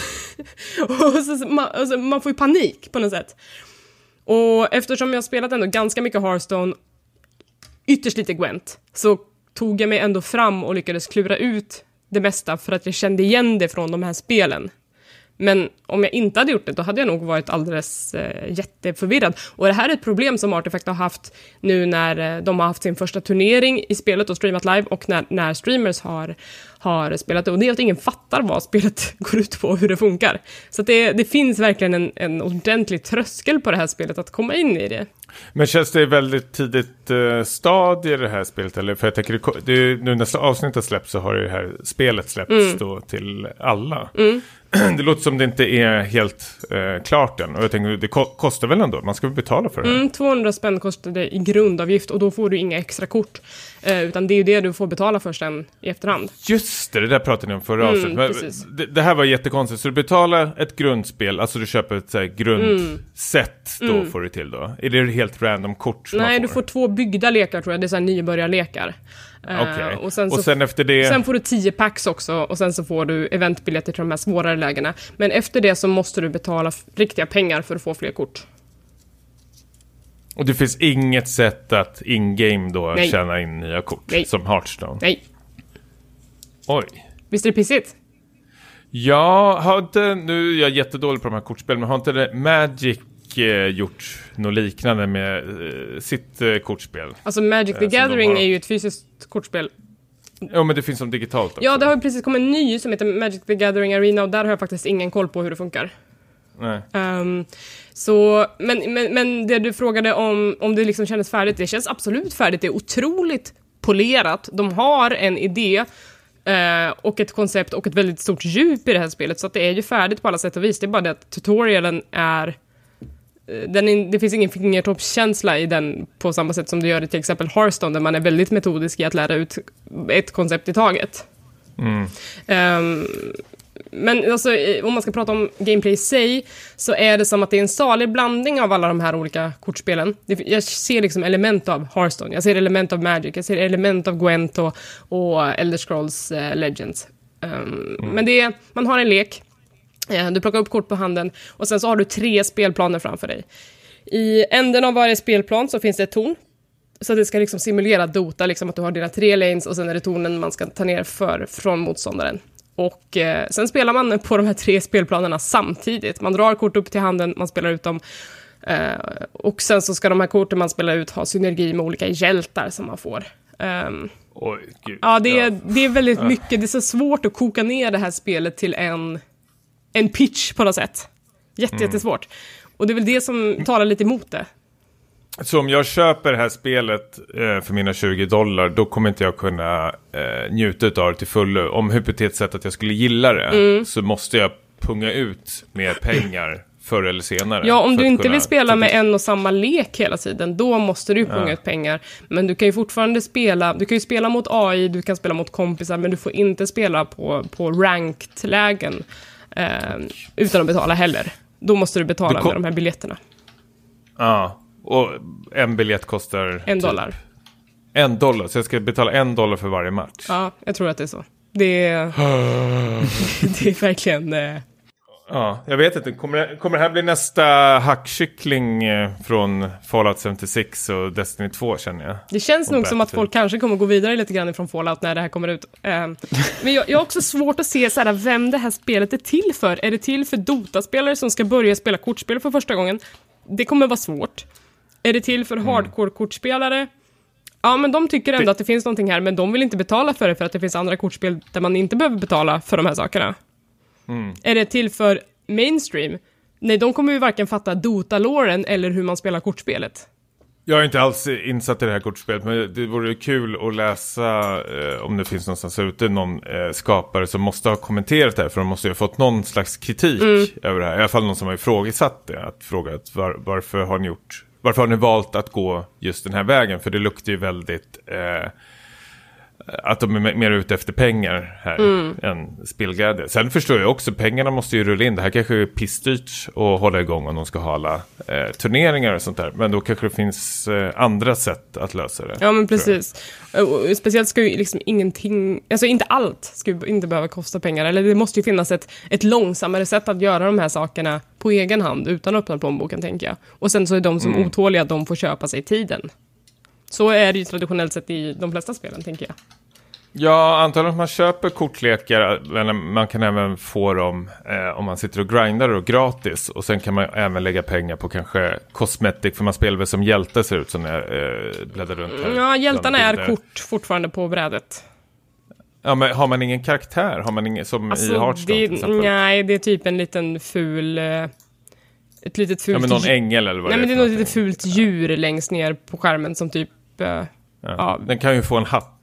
och så, man, alltså, man får ju panik på något sätt. Och eftersom jag har spelat ändå ganska mycket Hearthstone, ytterst lite Gwent, så tog jag mig ändå fram och lyckades klura ut det mesta för att jag kände igen det från de här spelen. Men om jag inte hade gjort det, då hade jag nog varit alldeles eh, jätteförvirrad. Och det här är ett problem som Artifact har haft nu när eh, de har haft sin första turnering i spelet och streamat live, och när, när streamers har, har spelat det. Och det är att ingen fattar vad spelet går ut på och hur det funkar. Så att det, det finns verkligen en, en ordentlig tröskel på det här spelet att komma in i det. Men känns det väldigt tidigt uh, stadie i det här spelet? Eller? För jag tänker, det är, nu när avsnittet släpps så har det här spelet släppts mm. då till alla. Mm. Det låter som det inte är helt uh, klart än. Och jag tänker, det ko- kostar väl ändå? Man ska väl betala för det här? Mm, tvåhundra spänn kostar det i grundavgift, och då får du inga extra kort. Uh, utan det är ju det du får betala för sen i efterhand. Just det, det där pratade ni om förra mm, avsnittet. Det, det här var jättekonstigt. Så du betalar ett grundspel, alltså du köper ett så här, grundset mm. då mm. får du till då. Är det helt random kort som Nej, man får? du får två byggda lekar tror jag. Det är så här nybörjarlekar. Okay. Uh, och, sen och så, sen efter det... Sen får du tio packs också, och sen så får du eventbiljetter till de här svårare lägena. Men efter det så måste du betala f- riktiga pengar för att få fler kort. Och det finns inget sätt att in-game då Nej. tjäna in nya kort? Nej. Som Hearthstone? Nej. Oj. Visst är det pissigt? Ja, har inte... Nu är jag jättedålig på de här kortspelen, men har inte det Magic eh, gjort något liknande med eh, sitt eh, kortspel? Alltså Magic the eh, Gathering har... är ju ett fysiskt kortspel. Ja, men det finns som digitalt också. Ja, det har ju precis kommit en ny som heter Magic the Gathering Arena, och där har jag faktiskt ingen koll på hur det funkar. Nej. Um, så, men, men, men det du frågade om, om det liksom kändes färdigt, det känns absolut färdigt. Det är otroligt polerat. De har en idé uh, och ett koncept och ett väldigt stort djup i det här spelet, så att det är ju färdigt på alla sätt och vis. Det är bara det att tutorialen är... Den är, det finns ingen fingertoppskänsla i den på samma sätt som det gör i till exempel Hearthstone, där man är väldigt metodisk i att lära ut ett koncept i taget. Mm. Um, men alltså, om man ska prata om gameplay i sig, så är det som att det är en salig blandning av alla de här olika kortspelen. Jag ser liksom element av Hearthstone, jag ser element av Magic, jag ser element av Gwent och, och Elder Scrolls uh, Legends. Um, mm. Men det är, man har en lek. Du plockar upp kort på handen, och sen så har du tre spelplaner framför dig. I änden av varje spelplan så finns det ett torn. Så det ska liksom simulera Dota, liksom att du har dina tre lanes, och sen är det tornen man ska ta ner för, från motståndaren. Och eh, sen spelar man på de här tre spelplanerna samtidigt. Man drar kort upp till handen, man spelar ut dem. Eh, och sen så ska de här korten man spelar ut ha synergi med olika hjältar som man får. Um, Oj, gud. Ja, det är, ja. det är väldigt mycket. Det är så svårt att koka ner det här spelet till en... en pitch på något sätt. Jätte, mm. jättesvårt. Och det är väl det som talar lite emot det. Så om jag köper det här spelet eh, för mina tjugo dollar, då kommer inte jag kunna eh, njuta av det till fullo. Om hypotetiskt sett att jag skulle gilla det, mm. så måste jag punga ut mer pengar förr eller senare. Ja, om du inte vill spela med en och samma lek hela tiden, då måste du punga ja. ut pengar. Men du kan ju fortfarande spela, du kan ju spela mot A I, du kan spela mot kompisar, men du får inte spela på, på ranked-lägen. Eh, utan att betala heller. Då måste du betala du kom- med de här biljetterna. Ja, och en biljett kostar... En typ dollar. En dollar, så jag ska betala en dollar för varje match. Ja, jag tror att det är så. Det är, det är verkligen... Eh... Ja, jag vet inte. Kommer det, kommer det här bli nästa hackkyckling från Fallout femtiosex och Destiny två, känner jag? Det känns och nog som att folk kanske kommer gå vidare lite grann ifrån Fallout när det här kommer ut. Um, men jag, jag har också svårt att se så här, vem det här spelet är till för. Är det till för Dota-spelare som ska börja spela kortspel för första gången? Det kommer vara svårt. Är det till för hardcore-kortspelare? Ja, men de tycker ändå det... att det finns någonting här, men de vill inte betala för det för att det finns andra kortspel där man inte behöver betala för de här sakerna. Mm. Är det till för mainstream? Nej, de kommer ju varken fatta Dota-loren eller hur man spelar kortspelet. Jag är inte alls insatt i det här kortspelet, men det vore kul att läsa eh, om det finns någonstans ute någon eh, skapare som måste ha kommenterat det här, för de måste ju ha fått någon slags kritik mm. över det här. I alla fall någon som har ifrågasatt det, att fråga att var, varför har ni gjort, varför har ni valt att gå just den här vägen? För det luktar ju väldigt eh, att de är mer ute efter pengar här mm. än spelglädje. Sen förstår jag också, pengarna måste ju rulla in. Det här kanske är pissdyrt att hålla igång om de ska ha alla eh, turneringar och sånt där. Men då kanske det finns eh, andra sätt att lösa det. Ja, men precis. Och speciellt ska ju liksom ingenting, alltså inte allt ska ju inte behöva kosta pengar. Eller det måste ju finnas ett, ett långsammare sätt att göra de här sakerna på egen hand utan att öppna plånboken, tänker jag. Och sen så är de som mm. otåliga, de får köpa sig tiden. Så är det ju traditionellt sett i de flesta spelen, tänker jag. Ja, antagligen att man köper kortlekar, men man kan även få dem eh, om man sitter och grindar och gratis. Och sen kan man även lägga pengar på kanske cosmetic, för man spelar väl som hjälte, ser ut som när jag eh, bläddrar runt här. Ja, hjältarna är kort fortfarande på brädet. Ja, men har man ingen karaktär? Har man ingen, som alltså, i Hearthstone det, till exempel? Nej, det är typ en liten ful... Eh, ett litet fult... Ja, men någon ängel eller vad nej, det är. Nej, men det är något litet fult djur längst ner på skärmen som typ... Eh, ja. Ja. Den kan ju få en hatt.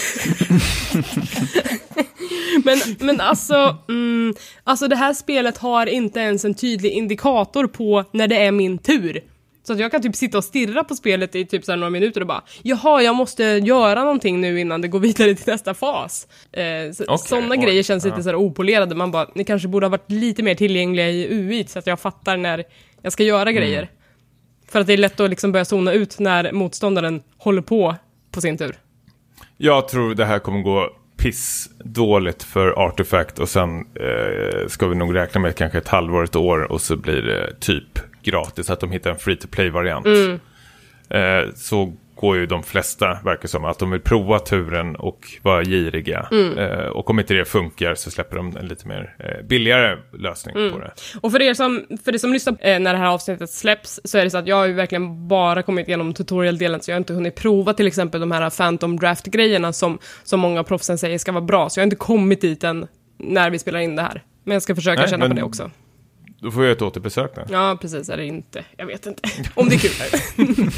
men, men alltså, mm, alltså det här spelet har inte ens en tydlig indikator på när det är min tur. Så att jag kan typ sitta och stirra på spelet i typ så här några minuter och bara, jaha, jag måste göra någonting nu innan det går vidare till nästa fas. Eh, så, okay, sådana oj, grejer känns ja. lite så här opolerade. Man bara, ni kanske borde ha varit lite mer tillgängliga i U I så att jag fattar när jag ska göra mm. grejer. För att det är lätt att liksom börja zona ut när motståndaren håller på på sin tur. Jag tror det här kommer gå piss dåligt för Artifact, och sen eh, ska vi nog räkna med kanske ett halvår, ett år, och så blir det typ gratis att de hittar en free-to-play-variant. Mm. Eh, så går ju de flesta, verkar som, att de vill prova turen och vara giriga. Mm. Eh, och om inte det funkar så släpper de en lite mer eh, billigare lösning mm. på det. Och för er som, för er som lyssnar eh, när det här avsnittet släpps, så är det så att jag har ju verkligen bara kommit igenom tutorial-delen, så jag har inte hunnit prova till exempel de här Phantom Draft-grejerna som, som många proffsen säger ska vara bra. Så jag har inte kommit dit än när vi spelar in det här. Men jag ska försöka Nej, känna på det också. Då får jag ett återbesök då. Ja, precis. Eller inte. Jag vet inte. Om det är kul.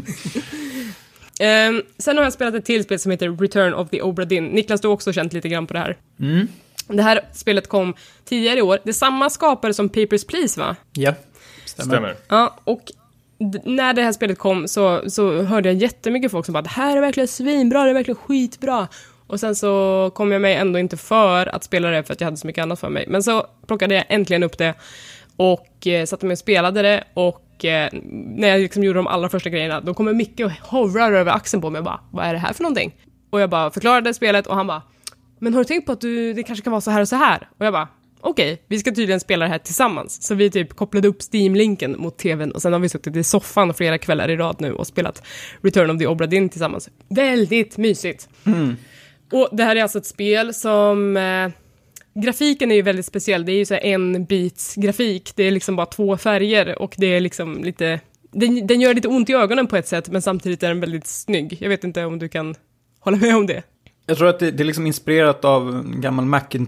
um, sen har jag spelat ett till spel som heter Return of the Obra Dinn. Niklas, du har också känt lite grann på det här. Mm. Det här spelet kom tidigare i år. Det är samma skapare som Papers, Please, va? Ja, stämmer. stämmer. Ja, och d- när det här spelet kom så, så hörde jag jättemycket folk som bara, det här är verkligen svinbra, det är verkligen skitbra. Och sen så kom jag mig ändå inte för att spela det för att jag hade så mycket annat för mig. Men så plockade jag äntligen upp det och eh, satte mig och spelade det. Och eh, när jag liksom gjorde de allra första grejerna, då kom Micke och hovrar över axeln på mig och bara, vad är det här för någonting? Och jag bara förklarade spelet och han bara, men har du tänkt på att du, det kanske kan vara så här och så här? Och jag bara, okej, okay, vi ska tydligen spela det här tillsammans. Så vi typ kopplade upp Steam-linken mot tvn och sen har vi suttit i soffan flera kvällar i rad nu och spelat Return of the Obra Dinn tillsammans. Väldigt mysigt. Mm. Och det här är alltså ett spel som... Eh, grafiken är ju väldigt speciell. Det är ju så här en bits grafik. Det är liksom bara två färger och det är liksom lite... Den, den gör lite ont i ögonen på ett sätt, men samtidigt är den väldigt snygg. Jag vet inte om du kan hålla med om det. Jag tror att det, det är liksom inspirerat av en gammal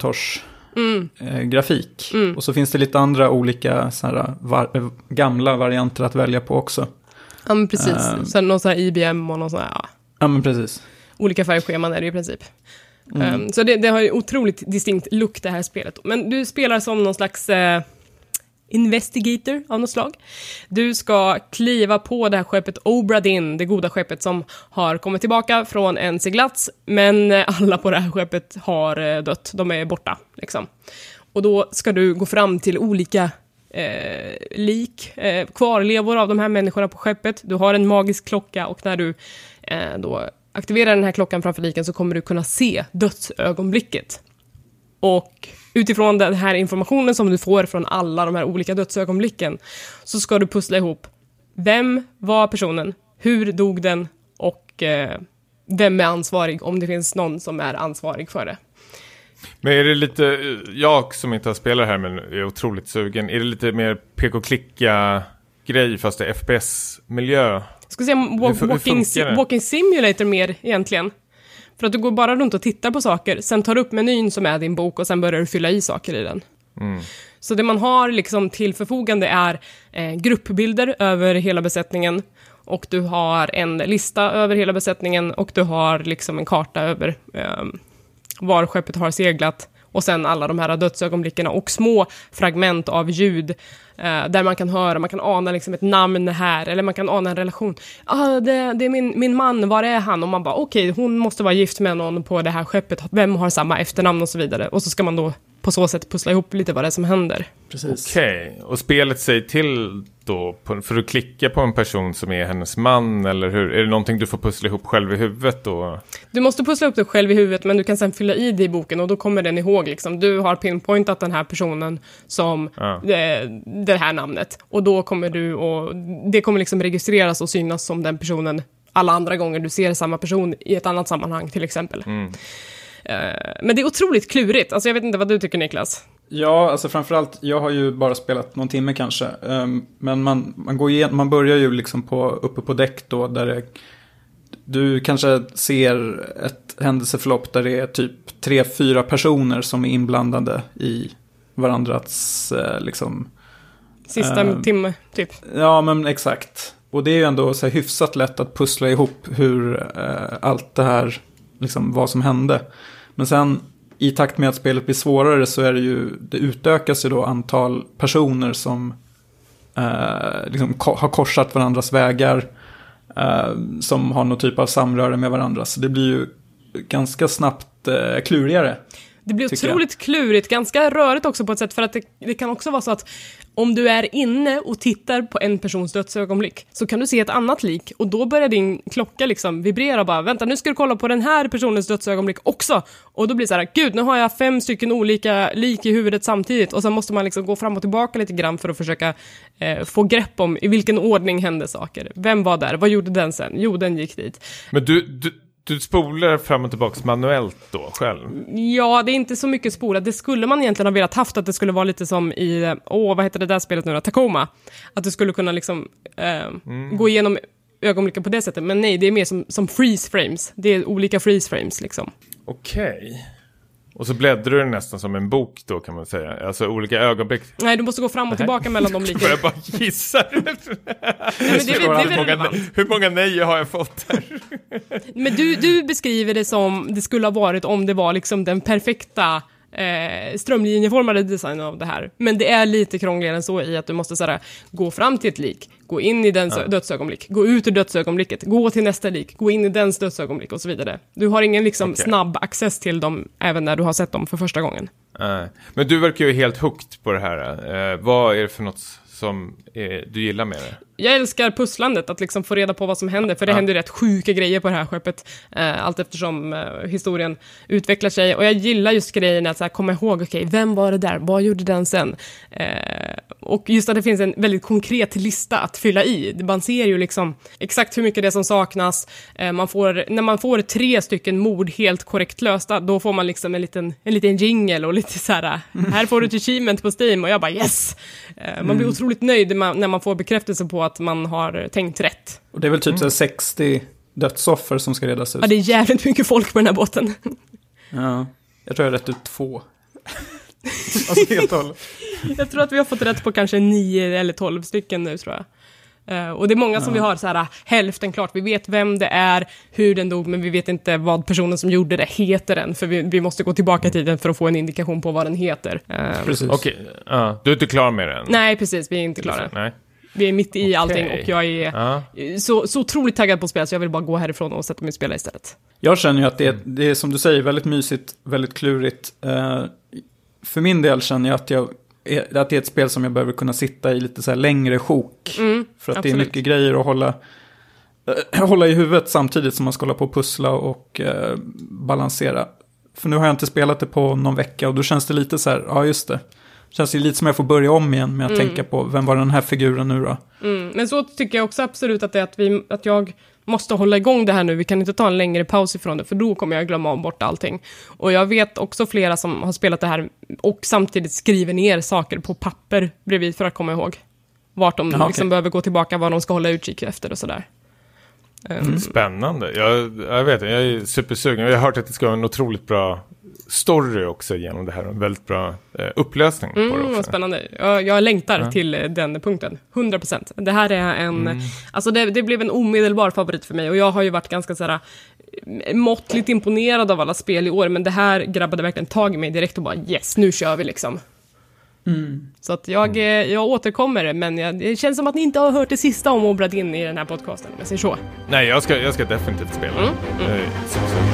Macintosh-grafik. Mm. Mm. Och så finns det lite andra olika såna var, gamla varianter att välja på också. Ja, men precis. Uh, Sen någon sån här I B M och någon sån här... Ja, ja men precis. Olika färgscheman är det i princip. Mm. Um, så det, det har ju otroligt distinkt look, det här spelet. Men du spelar som någon slags uh, investigator av något slag. Du ska kliva på det här skeppet Obra Dinn, det goda skeppet som har kommit tillbaka från en seglats. Men alla på det här skeppet har uh, dött. De är borta, liksom. Och då ska du gå fram till olika eh, lik, eh, kvarlevor av de här människorna på skeppet. Du har en magisk klocka och när du eh, då aktiverar den här klockan framför liken så kommer du kunna se dödsögonblicket. Och utifrån den här informationen som du får från alla de här olika dödsögonblicken så ska du pussla ihop vem var personen, hur dog den och eh, vem är ansvarig, om det finns någon som är ansvarig för det. Men är det lite, jag som inte har spelat här men är otroligt sugen, är det lite mer pek och klicka grej fast det är F P S-miljö. Jag ska säga walk, hur, walking, hur walking simulator mer egentligen. För att du går bara runt och tittar på saker, sen tar du upp menyn som är din bok och sen börjar du fylla i saker i den. Mm. Så det man har liksom till förfogande är eh, gruppbilder över hela besättningen, och du har en lista över hela besättningen, och du har liksom en karta över eh, var skeppet har seglat, och sen alla de här dödsögonblicken och små fragment av ljud eh, där man kan höra, man kan ana liksom ett namn här, eller man kan ana en relation. Ah, det, det är min, min man, var är han? Och man bara, okej, okay, hon måste vara gift med någon på det här skeppet, vem har samma efternamn och så vidare. Och så ska man då på så sätt pussla ihop lite vad det är som händer. Precis. Okej, okay. Och spelet säger till då, på, för att klicka på en person som är hennes man, eller hur? Är det någonting du får pussla ihop själv i huvudet då? Du måste pussla upp det själv i huvudet, men du kan sen fylla i det i boken, och då kommer den ihåg liksom. Du har pinpointat den här personen som ja. det, det här namnet, och då kommer du, och det kommer liksom registreras och synas som den personen alla andra gånger du ser samma person i ett annat sammanhang till exempel. Mm. Men det är otroligt klurigt. Alltså jag vet inte vad du tycker, Niklas. Ja, alltså framförallt, jag har ju bara spelat någon timme kanske. Men man, man, går igen, man börjar ju liksom på, uppe på däck då, där det, du kanske ser ett händelseförlopp där det är typ tre, fyra personer som är inblandade i varandras liksom... Sista äh, timme, typ. Ja, men exakt. Och det är ju ändå så här hyfsat lätt att pussla ihop hur äh, allt det här, liksom vad som hände. Men sen i takt med att spelet blir svårare så är det ju, det utökas ju då antal personer som eh, liksom ko- har korsat varandras vägar, eh, som har någon typ av samröre med varandra. Så det blir ju ganska snabbt eh, klurigare. Det blir otroligt jag. klurigt, ganska rörigt också på ett sätt, för att det, det kan också vara så att om du är inne och tittar på en persons dödsögonblick så kan du se ett annat lik, och då börjar din klocka liksom vibrera bara, vänta, nu ska du kolla på den här personens dödsögonblick också, och då blir det så här, gud, nu har jag fem stycken olika lik i huvudet samtidigt, och så måste man liksom gå fram och tillbaka lite grann för att försöka eh, få grepp om i vilken ordning hände saker. Vem var där? Vad gjorde den sen? Jo, den gick dit. Men du... du... Du spolar fram och tillbaka manuellt då själv? Ja, det är inte så mycket spolat. Det skulle man egentligen ha velat haft, att det skulle vara lite som i, åh, vad heter det där spelet nu då? Tacoma. Att du skulle kunna liksom eh, mm. gå igenom ögonblicken på det sättet. Men nej, det är mer som, som freeze frames. Det är olika freeze frames liksom. Okej. Okay. Och så bläddrar du nästan som en bok då, kan man säga. Alltså olika ögonblick. Nej, du måste gå fram och tillbaka mellan de lika. Jag bara gissar. Nej, men det, det, det, det många, hur många nej har jag fått här? Men du, du beskriver det som det skulle ha varit om det var liksom den perfekta eh, strömlinjeformade designen av det här. Men det är lite krångligare än så i att du måste sådär, gå fram till ett lik, gå in i dens ja. dödsögonblick, gå ut ur dödsögonblicket, gå till nästa lik, gå in i dens dödsögonblick och så vidare. Du har ingen liksom okay. snabb access till dem även när du har sett dem för första gången. Uh, men du verkar ju helt hooked på det här. Uh, vad är det för något som är, du gillar med det? Jag älskar pusslandet, att liksom få reda på vad som händer, för det ja. händer rätt sjuka grejer på det här skeppet, eh, allt eftersom eh, historien utvecklar sig, och jag gillar just grejen att så här, komma ihåg, okej, okay, vem var det där, vad gjorde den sen, eh, och just att det finns en väldigt konkret lista att fylla i. Man ser ju liksom exakt hur mycket det är som saknas, eh, man får, när man får tre stycken mord helt korrekt lösta, då får man liksom en liten, en liten jingle och lite så här, här får du ett achievement på Steam, och jag bara yes, eh, man blir otroligt nöjd när man får bekräftelse på att man har tänkt rätt. Och det är väl typ mm. sextio dödsoffer som ska redas ut. Ja, det är jävligt mycket folk på den här båten. Ja, jag tror jag har rätt ut två. Alltså helt håll. Jag tror att vi har fått rätt på kanske nio eller tolv stycken nu, tror jag. Uh, och det är många som ja. vi har så här, hälften klart. Vi vet vem det är, hur den dog, men vi vet inte vad personen som gjorde det heter den. För vi, vi måste gå tillbaka i tiden för att få en indikation på vad den heter. Uh, precis. Okej, okay. uh, du är inte klar med den? Nej, precis. Vi är inte klara. Nej. Vi är mitt i okay. allting, och jag är uh. så, så otroligt taggad på spel, så jag vill bara gå härifrån och sätta mig och spela istället. Jag känner ju att det är, det är som du säger, väldigt mysigt, väldigt klurigt. Uh, för min del känner jag att jag att det är ett spel som jag behöver kunna sitta i lite så här längre sjok. Mm, för att absolut. det är mycket grejer att hålla, äh, hålla i huvudet samtidigt som man ska hålla på och pussla och äh, balansera. För nu har jag inte spelat det på någon vecka, och då känns det lite så här, ja just det. Känns det lite som jag får börja om igen med att mm. tänka på, vem var den här figuren nu då? Mm. Men så tycker jag också absolut att det är att, vi, att jag måste hålla igång det här nu. Vi kan inte ta en längre paus ifrån det, för då kommer jag glömma bort allting. Och jag vet också flera som har spelat det här och samtidigt skriver ner saker på papper bredvid för att komma ihåg. vart de Aha, liksom okay. behöver gå tillbaka, vad de ska hålla utkik efter och sådär. Mm. Spännande. Jag, jag vet jag är supersugen. Jag har hört att det ska vara en otroligt bra story också genom det här. En väldigt bra eh, upplösning mm, på det också. Spännande. Jag, jag längtar ja. till den punkten. hundra procent. Det här är en... Mm. Alltså det, det blev en omedelbar favorit för mig. Och jag har ju varit ganska såhär måttligt imponerad av alla spel i år. Men det här grabbade verkligen tag i mig direkt och bara yes, nu kör vi liksom. Mm. Så att jag, jag återkommer, men jag, det känns som att ni inte har hört det sista om Obra Dinn i den här podcasten, om jag säger så. Nej, jag ska, jag ska definitivt spela. Mm. Mm. Jag är supersugen.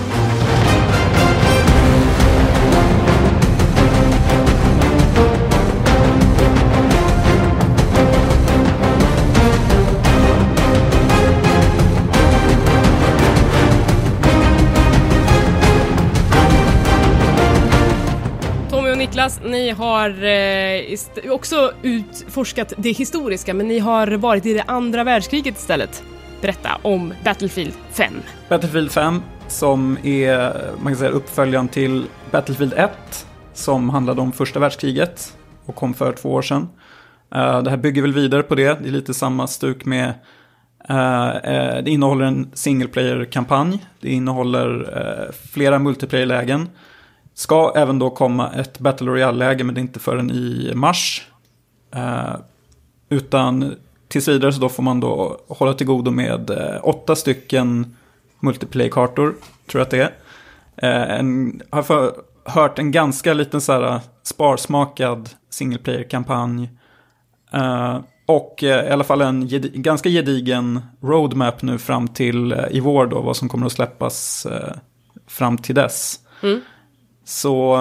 Niklas, ni har eh, ist- också utforskat det historiska, men ni har varit i det andra världskriget istället. Berätta om Battlefield fem. Battlefield fem, som är, man kan säga, uppföljaren till Battlefield ett, som handlade om första världskriget och kom för två år sedan. Uh, det här bygger väl vidare på det. Det är lite samma stuk med uh, uh, det innehåller en single player-kampanj. Det innehåller uh, flera multiplayer-lägen. Ska även då komma ett Battle Royale-läge, men det är inte förrän i mars. Uh, utan tills vidare så då får man då hålla till godo med uh, åtta stycken multiplayer-kartor, tror jag att det är. Uh, en, har för, hört en ganska liten så här sparsmakad single player-kampanj. Uh, och uh, i alla fall en ged- ganska gedigen roadmap nu fram till uh, i vår då, vad som kommer att släppas uh, fram till dess. Mm. Så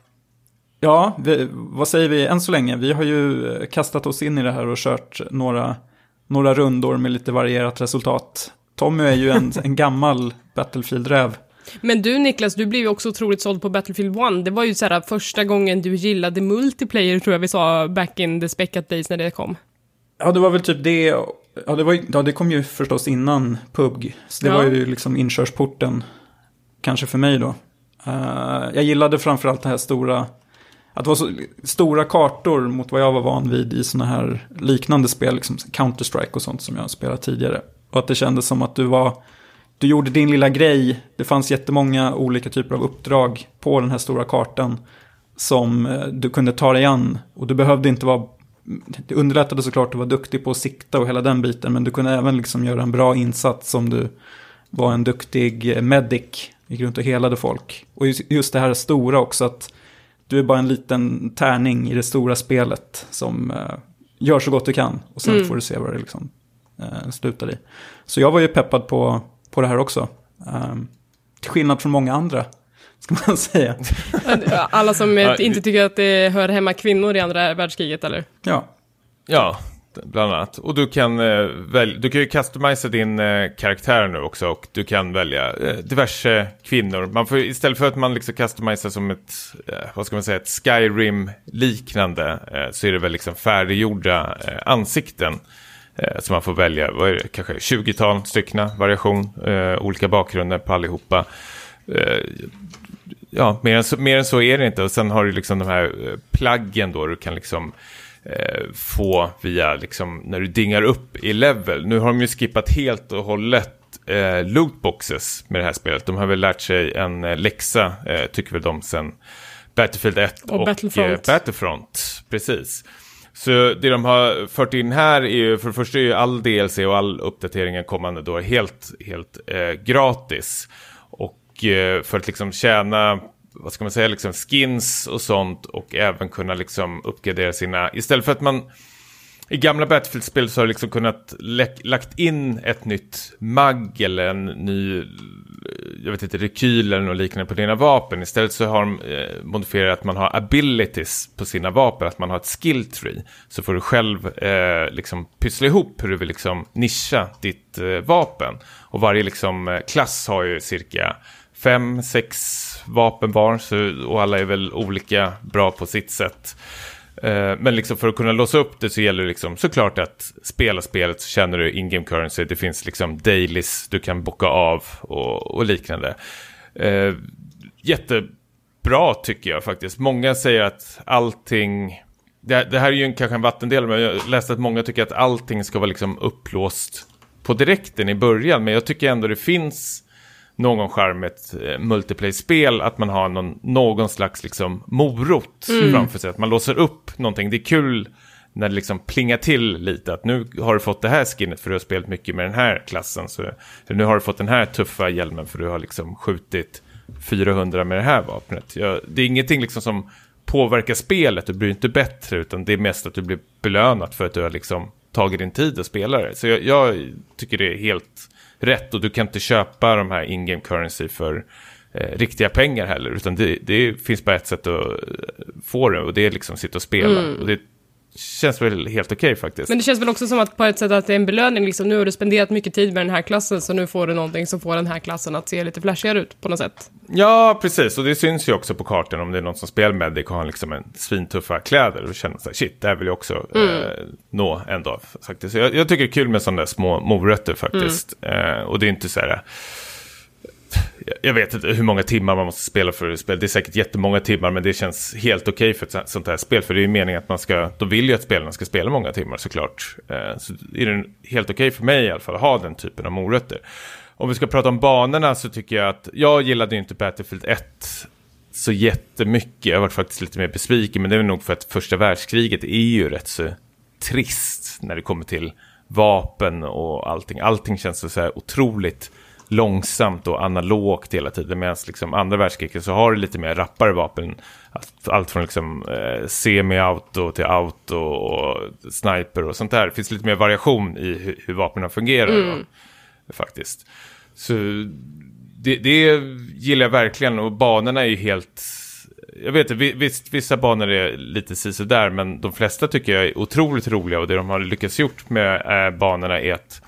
ja, vi, vad säger vi än så länge? Vi har ju kastat oss in i det här och kört några, några rundor med lite varierat resultat. Tommy är ju en, en gammal Battlefield-räv. Men du Niklas, du blev ju också otroligt såld på Battlefield ett. Det var ju så här första gången du gillade multiplayer, tror jag vi sa back in the Speckat days när det kom. Ja, det var väl typ det. Ja, det, var, ja, det kom ju förstås innan P U B G. Så det ja. var ju liksom inkörsporten kanske för mig då. Uh, jag gillade framförallt det här stora, att det var så stora kartor mot vad jag var van vid i såna här liknande spel, liksom Counter-Strike och sånt som jag spelat tidigare. Och att det kändes som att du var, du gjorde din lilla grej. Det fanns jättemånga olika typer av uppdrag på den här stora kartan som uh, du kunde ta dig an. Och du behövde inte vara, det underlättade såklart att vara duktig på att sikta och hela den biten, men du kunde även liksom göra en bra insats som du var en duktig medic. Gick runt och helade folk. Och just det här stora också, att du är bara en liten tärning i det stora spelet som uh, gör så gott du kan. Och sen mm. får du se vad det liksom uh, slutar i. Så jag var ju peppad på, på det här också. Um, till skillnad från många andra, ska man säga. Alla som inte tycker att det hör hemma kvinnor i andra världskriget, eller? Ja. Ja, bland annat. Och du kan, eh, välja, du kan ju customisa din eh, karaktär nu också, och du kan välja eh, diverse kvinnor. Man får, istället för att man liksom customisar som ett, eh, vad ska man säga, ett Skyrim-liknande, eh, så är det väl liksom färdiggjorda eh, ansikten. Eh, så man får välja, vad är det, kanske tjugotal styckna variation, eh, olika bakgrunder på allihopa. Eh, ja, mer än, så, mer än så är det inte. Och sen har du liksom de här eh, plaggen då, du kan liksom få via liksom när du dingar upp i level. Nu har de ju skippat helt och hållet eh, lootboxes med det här spelet. De har väl lärt sig en eh, läxa, eh, tycker väl de, sen Battlefield ett och, och Battlefront. Eh, Battlefront, precis. Så det de har fört in här är ju, för det första är ju all D L C och all uppdateringen kommande då helt, helt eh, gratis. Och eh, för att liksom tjäna, vad ska man säga, liksom skins och sånt, och även kunna liksom uppgradera sina, istället för att man i gamla Battlefield-spel så har liksom kunnat lä- lagt in ett nytt mag eller en ny, jag vet inte, rekyl eller något liknande på dina vapen. Istället så har de eh, modifierat att man har abilities på sina vapen, att man har ett skill tree. Så får du själv eh, liksom pyssla ihop hur du vill liksom nischa ditt eh, vapen. Och varje liksom eh, klass har ju cirka fem, sex vapen var, så, och alla är väl olika bra på sitt sätt. Eh, men liksom för att kunna låsa upp det så gäller det liksom såklart att spela spelet, så känner du in-game currency. Det finns liksom dailies du kan bocka av och, och liknande. Eh, jättebra tycker jag faktiskt. Många säger att allting det, det här är ju en, kanske en vattendel, men jag läste att många tycker att allting ska vara liksom upplåst på direkten i början, men jag tycker ändå det finns någon charm med ett eh, multiplayer-spel, att man har någon, någon slags liksom morot mm. framför sig, att man låser upp någonting. Det är kul när det liksom plingar till lite, att nu har du fått det här skinnet för du har spelat mycket med den här klassen, så nu har du fått den här tuffa hjälmen för du har liksom skjutit fyrahundra med det här vapnet. Ja, det är ingenting liksom som påverkar spelet, du blir inte bättre, utan det är mest att du blir belönat för att du har liksom tagit din tid att spela det. Så jag, jag tycker det är helt rätt, och du kan inte köpa de här in-game currency för eh, riktiga pengar heller, utan det, det finns bara ett sätt att få det, och det är liksom sitta och spela. Mm. Och det känns väl helt okej okay, faktiskt. Men det känns väl också som att på ett sätt att det är en belöning liksom. Nu har du spenderat mycket tid med den här klassen, så nu får du någonting som får den här klassen att se lite flashigare ut på något sätt. Ja, precis. Och det syns ju också på kartan om det är någon som spelar med dig och har liksom en svintuffa kläder och känner så här, shit, där vill jag också mm. eh, nå en dag faktiskt. Så jag, jag tycker det är kul med sådana där små morötter faktiskt. Mm. Eh, och det är inte så här... Jag vet inte hur många timmar man måste spela för att spela. Det är säkert jättemånga timmar, men det känns helt okej för ett sånt här spel. För det är ju meningen att man ska, då vill ju att spelarna ska spela många timmar såklart. Så är det helt okej för mig i alla fall att ha den typen av morötter. Om vi ska prata om banorna så tycker jag att jag gillade ju inte Battlefield ett så jättemycket. Jag har varit faktiskt lite mer besviken, men det är nog för att första världskriget är ju rätt så trist när det kommer till vapen och allting. Allting känns så här otroligt långsamt och analogt hela tiden, medan liksom andra världskriget så har det lite mer rappare vapen, allt från liksom eh, semi-auto till auto och sniper och sånt där. Det finns lite mer variation i hur, hur vapnen fungerar mm. då, faktiskt. Så det, det gillar jag verkligen, och banorna är ju helt, jag vet inte, visst, vissa banor är lite siså där, men de flesta tycker jag är otroligt roliga, och det de har lyckats gjort med eh, banorna är att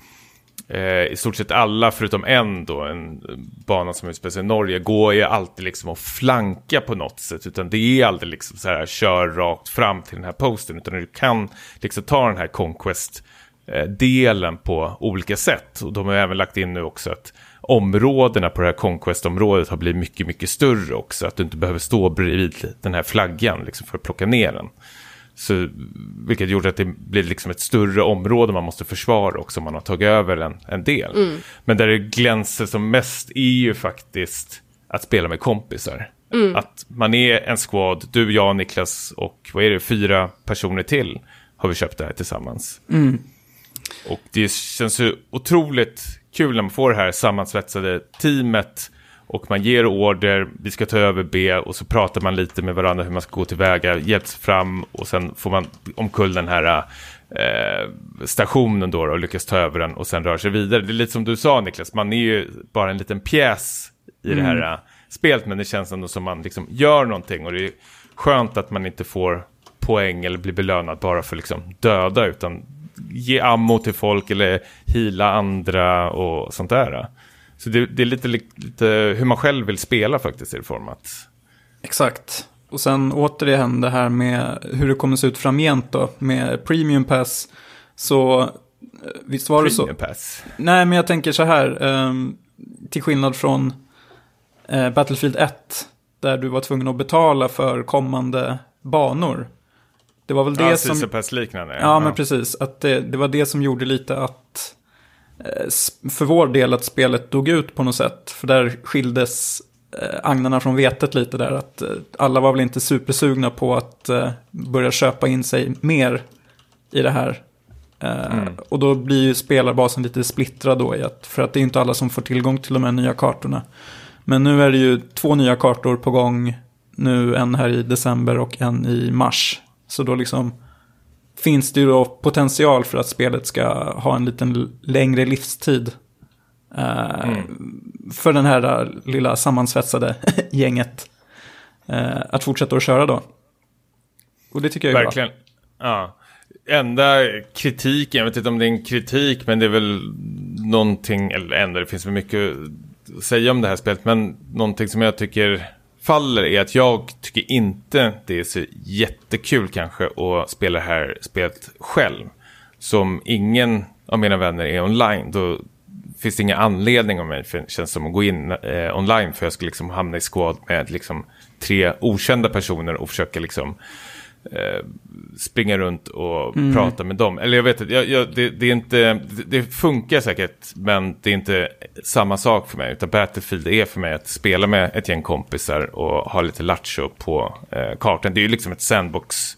Eh, i stort sett alla förutom en då, en bana som utspelar sig i Norge, går ju alltid liksom att flanka på något sätt, utan det är aldrig liksom så här kör rakt fram till den här posten, utan du kan liksom ta den här conquest eh, delen på olika sätt. Och de har även lagt in nu också att områdena på det här conquest-området har blivit mycket, mycket större också, att du inte behöver stå bredvid den här flaggan liksom för att plocka ner den. Så, vilket gjorde att det blir liksom ett större område man måste försvara också om man har tagit över en, en del. Mm. Men där det glänser som mest är ju faktiskt att spela med kompisar. Mm. Att man är en squad, du, jag, Niklas och vad är det, fyra personer till har vi köpt det här tillsammans. Mm. Och det känns ju otroligt kul när man får det här sammansvetsade teamet. Och man ger order, vi ska ta över B, och så pratar man lite med varandra hur man ska gå tillväga, hjälps fram, och sen får man omkull den här eh, stationen då och lyckas ta över den och sen rör sig vidare. Det är lite som du sa, Niklas, man är ju bara en liten pjäs i mm. det här uh, spelet, men det känns ändå som man liksom gör någonting, och det är skönt att man inte får poäng eller blir belönad bara för liksom döda, utan ge ammo till folk eller hila andra och sånt där. Så det, det är lite, lite hur man själv vill spela faktiskt i det format. Exakt. Och sen återigen det här med hur det kommer se ut framgent då. Med Premium Pass. Så visst var det så. Premium Pass? Nej, men jag tänker så här. Um, till skillnad från uh, Battlefield ett. Där du var tvungen att betala för kommande banor. Det var väl det ja, som... Season Pass liknande. Ja, ja, men precis. Att det, det var det som gjorde lite att... för vår del att spelet dog ut på något sätt. För där skildes eh, agnarna från vetet lite där. Att eh, alla var väl inte supersugna på att eh, börja köpa in sig mer i det här. Eh, mm. Och då blir ju spelarbasen lite splittrad då. I att, för att det är inte alla som får tillgång till de här nya kartorna. Men nu är det ju två nya kartor på gång. Nu en här i december och en i mars. Så då liksom... finns det ju då potential för att spelet ska ha en liten längre livstid eh, mm. för den här lilla sammansvetsade gänget eh, att fortsätta att köra då. Och det tycker jag är verkligen bra. Ja. Enda kritiken, jag vet inte om det är en kritik, men det är väl någonting, eller ändå det finns väl mycket att säga om det här spelet, men någonting som jag tycker faller är att jag tycker inte det är så jättekul kanske att spela det här spelet själv. Som ingen av mina vänner är online, då finns det ingen anledning om mig, för det känns som att gå in eh, online, för jag skulle liksom hamna i squad med liksom tre okända personer och försöka liksom eh, springa runt och mm. prata med dem. Eller jag vet inte, jag, jag, det, det är inte det, det funkar säkert, men det är inte samma sak för mig. Utan Battlefield är för mig att spela med ett gäng kompisar och ha lite lattjo på eh, kartan. Det är ju liksom ett sandbox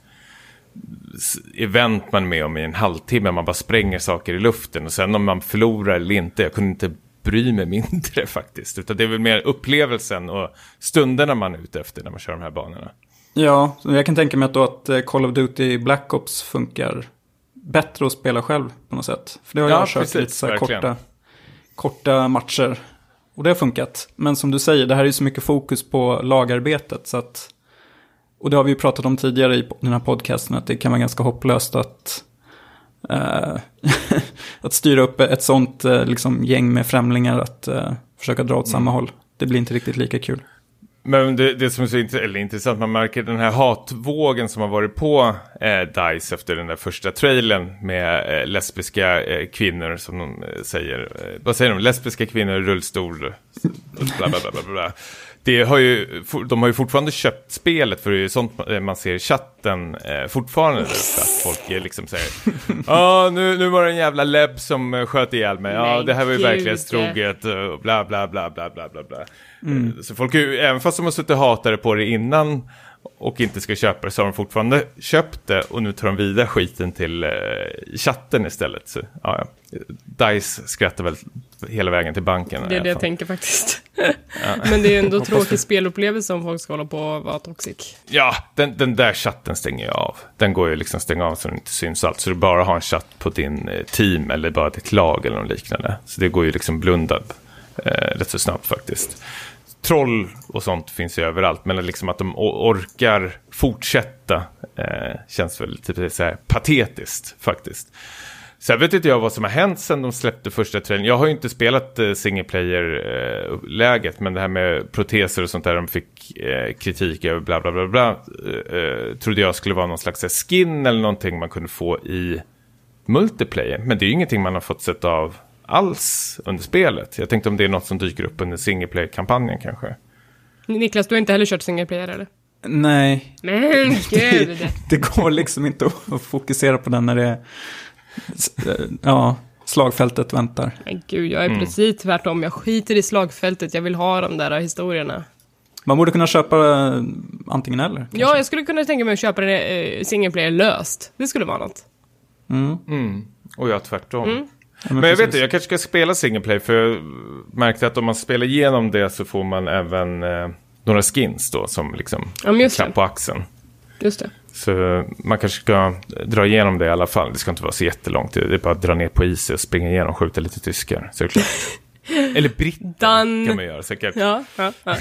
event man är med om i en halvtimme. Man bara spränger saker i luften. Och sen om man förlorar eller inte, jag kunde inte bry mig mindre faktiskt. Utan det är väl mer upplevelsen och stunderna man är ute efter när man kör de här banorna. Ja, jag kan tänka mig att, då att Call of Duty Black Ops funkar bättre att spela själv på något sätt. För det har ja, jag kört precis, lite så här korta, korta matcher. Och det har funkat. Men som du säger, det här är ju så mycket fokus på lagarbetet. Så att, och det har vi ju pratat om tidigare i den här podcasten, att det kan vara ganska hopplöst att, uh, att styra upp ett sånt uh, liksom, gäng med främlingar att uh, försöka dra åt mm. samma håll. Det blir inte riktigt lika kul. Men det, det som är så int- eller intressant, man märker den här hatvågen som har varit på eh, DICE efter den där första trailern med eh, lesbiska eh, kvinnor som de eh, säger. Eh, vad säger de? Lesbiska kvinnor i rullstol. Bla, bla, bla, bla, bla. Det har ju, de har ju fortfarande köpt spelet, för det är ju sånt man ser i chatten eh, fortfarande. Där, att folk är liksom säger, ja nu, nu var det en jävla lebb som sköt ihjäl mig. Ja, det här var ju verkligen stroget och bla bla bla bla bla bla bla. Mm. Så folk, även fast de har suttit och hatade på det innan och inte ska köpa det, så har de fortfarande köpt det och nu tar de vidare skiten till eh, chatten istället. Så, ja, DICE skrattar väl hela vägen till banken. Det är det jag tänker faktiskt. Ja. Men det är ändå tråkig spelupplevelse om folk ska hålla på och vara toxic. Ja, den, den där chatten stänger jag av. Den går ju liksom stänga av så den inte syns allt. Så du bara har en chatt på din eh, team eller bara ditt lag eller något liknande. Så det går ju liksom blundad eh, rätt så snabbt faktiskt. Troll och sånt finns ju överallt, men liksom att de orkar fortsätta eh, känns väl typ så här patetiskt faktiskt. Så jag vet inte jag vad som har hänt sedan de släppte första trailern. Jag har ju inte spelat eh, single player-läget, eh, men det här med proteser och sånt där de fick eh, kritik över bla bla bla bla eh, trodde jag skulle vara någon slags skin eller någonting man kunde få i multiplayer. Men det är ju ingenting man har fått sett av alls under spelet. Jag tänkte om det är något som dyker upp under singleplayer-kampanjen kanske. Niklas, du har inte heller kört singleplayer, eller? Nej. Men gud! det, det går liksom inte att fokusera på den när det ja, slagfältet väntar. Men gud, jag är mm. precis tvärtom. Jag skiter i slagfältet. Jag vill ha de där historierna. Man borde kunna köpa antingen eller. Kanske. Ja, jag skulle kunna tänka mig att köpa det singleplayer löst. Det skulle vara något. Mm. Mm. Och jag tvärtom. Mm. Ja, men men jag precis. vet inte, jag kanske ska spela singleplay, för jag märkte att om man spelar igenom det så får man även eh, några skins då som liksom ja, klapp på axeln. Just det. Så man kanske ska dra igenom det i alla fall. Det ska inte vara så jättelångt. Det är bara att dra ner på is och springa igenom och skjuta lite tyskar. Så klart. Eller britter Dan... kan man göra säkert. Ja, ja, ja.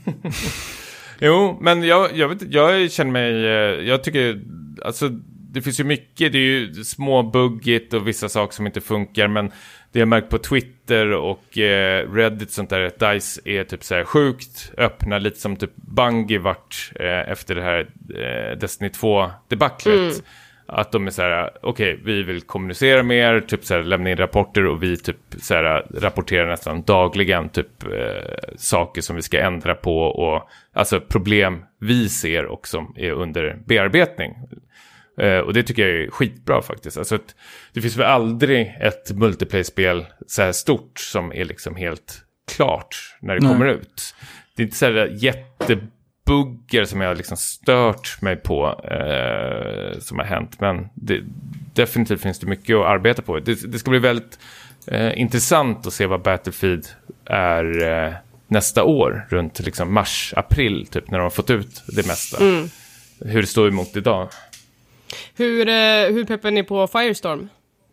Jo, men jag, jag, vet, jag känner mig... Jag tycker... Alltså, det finns ju mycket. Det är ju småbuggigt och vissa saker som inte funkar. Men det jag märkt på Twitter och eh, Reddit sånt där, att DICE är typ så här sjukt öppna, lite som typ Bungie vart eh, efter det här eh, Destiny två-debaclet. Mm. Att de är så här, okej, okay, vi vill kommunicera med er, typ så här, lämna in rapporter och vi typ så här, rapporterar nästan dagligen typ eh, saker som vi ska ändra på och alltså problem vi ser och som är under bearbetning. Uh, och det tycker jag är skitbra faktiskt. Alltså att det finns väl aldrig ett multiplayer-spel så här stort som är liksom helt klart när det Nej. kommer ut. Det är inte så här jättebuggar som jag liksom stört mig på uh, som har hänt. Men det, definitivt finns det mycket att arbeta på. Det, det ska bli väldigt uh, intressant att se vad Battlefield är uh, nästa år. Runt liksom mars, april typ, när de har fått ut det mesta. Mm. Hur det står emot idag. Hur, eh, hur peppar ni på Firestorm?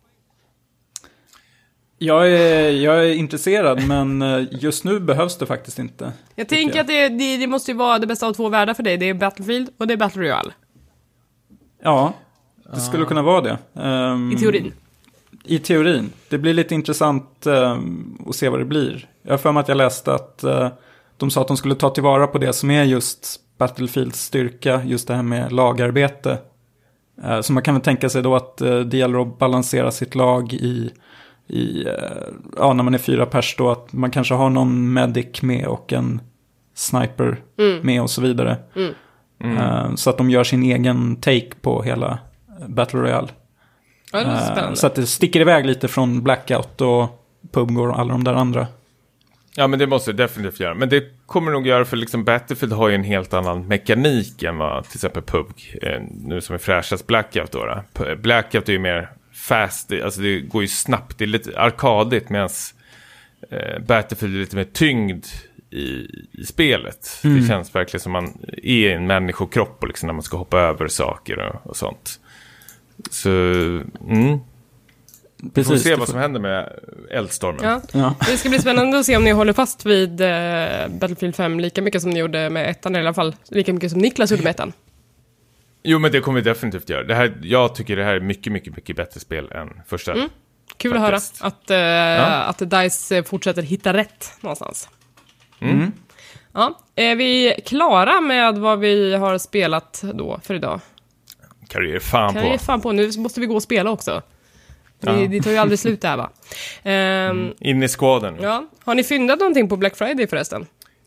Jag är, jag är intresserad, men just nu behövs det faktiskt inte. Jag tänker jag. att det, det, det måste ju vara det bästa av två världar för dig. Det är Battlefield och det är Battle Royale. Ja, det ah. skulle kunna vara det. Um, I teorin. I teorin. Det blir lite intressant um, att se vad det blir. Jag har för mig att jag läste att uh, de sa att de skulle ta tillvara på det som är just Battlefields styrka, just det här med lagarbete. Så man kan väl tänka sig då att det gäller att balansera sitt lag i, i ja, när man är fyra pers då, att man kanske har någon medic med och en sniper mm. med och så vidare. Mm. Mm. Uh, så att de gör sin egen take på hela Battle Royale. Ja, det är spännande. Uh, så att det sticker iväg lite från Blackout och P U B G och alla de där andra. Ja, men det måste det definitivt göra. Men det kommer nog göra för liksom Battlefield har ju en helt annan mekanik än vad till exempel P U B G, eh, nu som är fräschast Blackout då, då. Blackout är ju mer fast, alltså det går ju snabbt, det är lite arkadigt, medan eh, Battlefield är lite mer tyngd i, i spelet. Mm. Det känns verkligen som man är i en människokropp och liksom när man ska hoppa över saker och, och sånt. Så, mm. Vi får se vad som händer med eldstormen. Ja. Ja. Det ska bli spännande att se om ni håller fast vid eh, Battlefield fem lika mycket som ni gjorde med ettan, eller i alla fall lika mycket som Niklas gjorde med ettan. Jo, men det kommer vi definitivt göra. Det här, jag tycker det här är mycket, mycket, mycket bättre spel än första. Mm. Kul faktiskt. Att höra att, eh, ja. att DICE fortsätter hitta rätt någonstans. Mm. Ja, är vi klara med vad vi har spelat då för idag? Karriär fan Karriär på. fan på. Nu måste vi gå och spela också. Det, ja. det tar ju aldrig slut där, va? Um, mm. In i skåden. Ja. Har ni fyndat någonting på Black Friday förresten?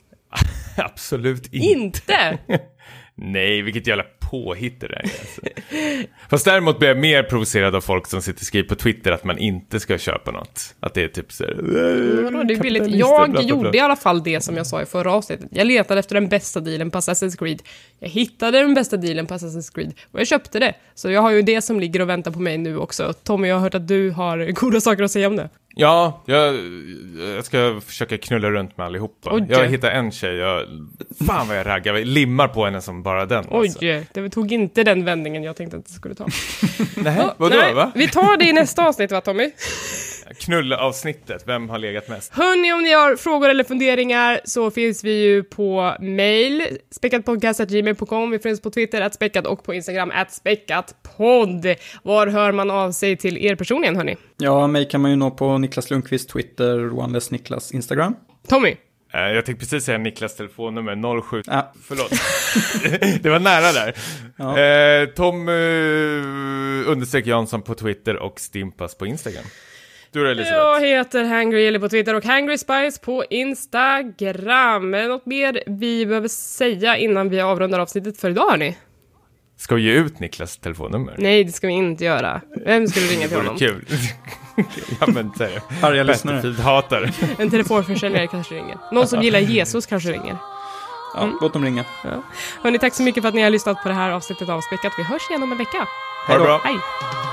Absolut inte. Inte? Nej, vilket jävla påhitt det där. Alltså. Fast däremot blir jag mer provocerad av folk som sitter och skriver på Twitter att man inte ska köpa något. Att det är typ så här, mm, det är billigt. Jag bla, bla, bla. gjorde i alla fall det som jag sa i förra avsnittet. Jag letade efter den bästa dealen på Assassin's Creed. Jag hittade den bästa dealen på Assassin's Creed och jag köpte det. Så jag har ju det som ligger och väntar på mig nu också. Tommy, jag har hört att du har goda saker att säga om det. Ja, jag, jag ska försöka knulla runt med allihopa. Oj, jag hittar en tjej, jag, fan vad jag raggar, jag limmar på henne som bara den. Oj, alltså. Det tog inte den vändningen jag tänkte att det skulle ta. Nej, oh, vadå nej, va? Vi tar det i nästa avsnitt, va Tommy? Knulla-avsnittet, vem har legat mest? Hörni, om ni har frågor eller funderingar så finns vi ju på mail, speckatpodcast at gmail dot com. Vi finns på Twitter, at speckat, och på Instagram, at speckatpodd. Var hör man av sig till er personligen, hörni? Ja, mig kan man ju nå på Niklas Lundqvist, Twitter, OneLess Niklas, Instagram. Tommy? Jag tänkte precis säga Niklas telefonnummer noll sju. Ja. Förlåt. Det var nära där. Ja. Eh, Tom eh, understreck Jansson på Twitter och Stimpas på Instagram. Du är Elisabeth. Jag heter Hangry Ellie på Twitter och Hangry Spice på Instagram. Något mer vi behöver säga innan vi avrundar avsnittet för idag, hörni? Ska vi ge ut Niklas telefonnummer? Nej, det ska vi inte göra. Vem skulle ringa till honom? Det vore kul. Ja, men säg det. Arga lyssnare. Battlefield-hatare. En telefonförsäljare kanske ringer. Någon som gillar Jesus kanske ringer. Mm. Ja, låt dem ringa. Ja. Hörni, tack så mycket för att ni har lyssnat på det här avsnittet av Späckat. Vi hörs igen om en vecka. Ha det bra. Hej.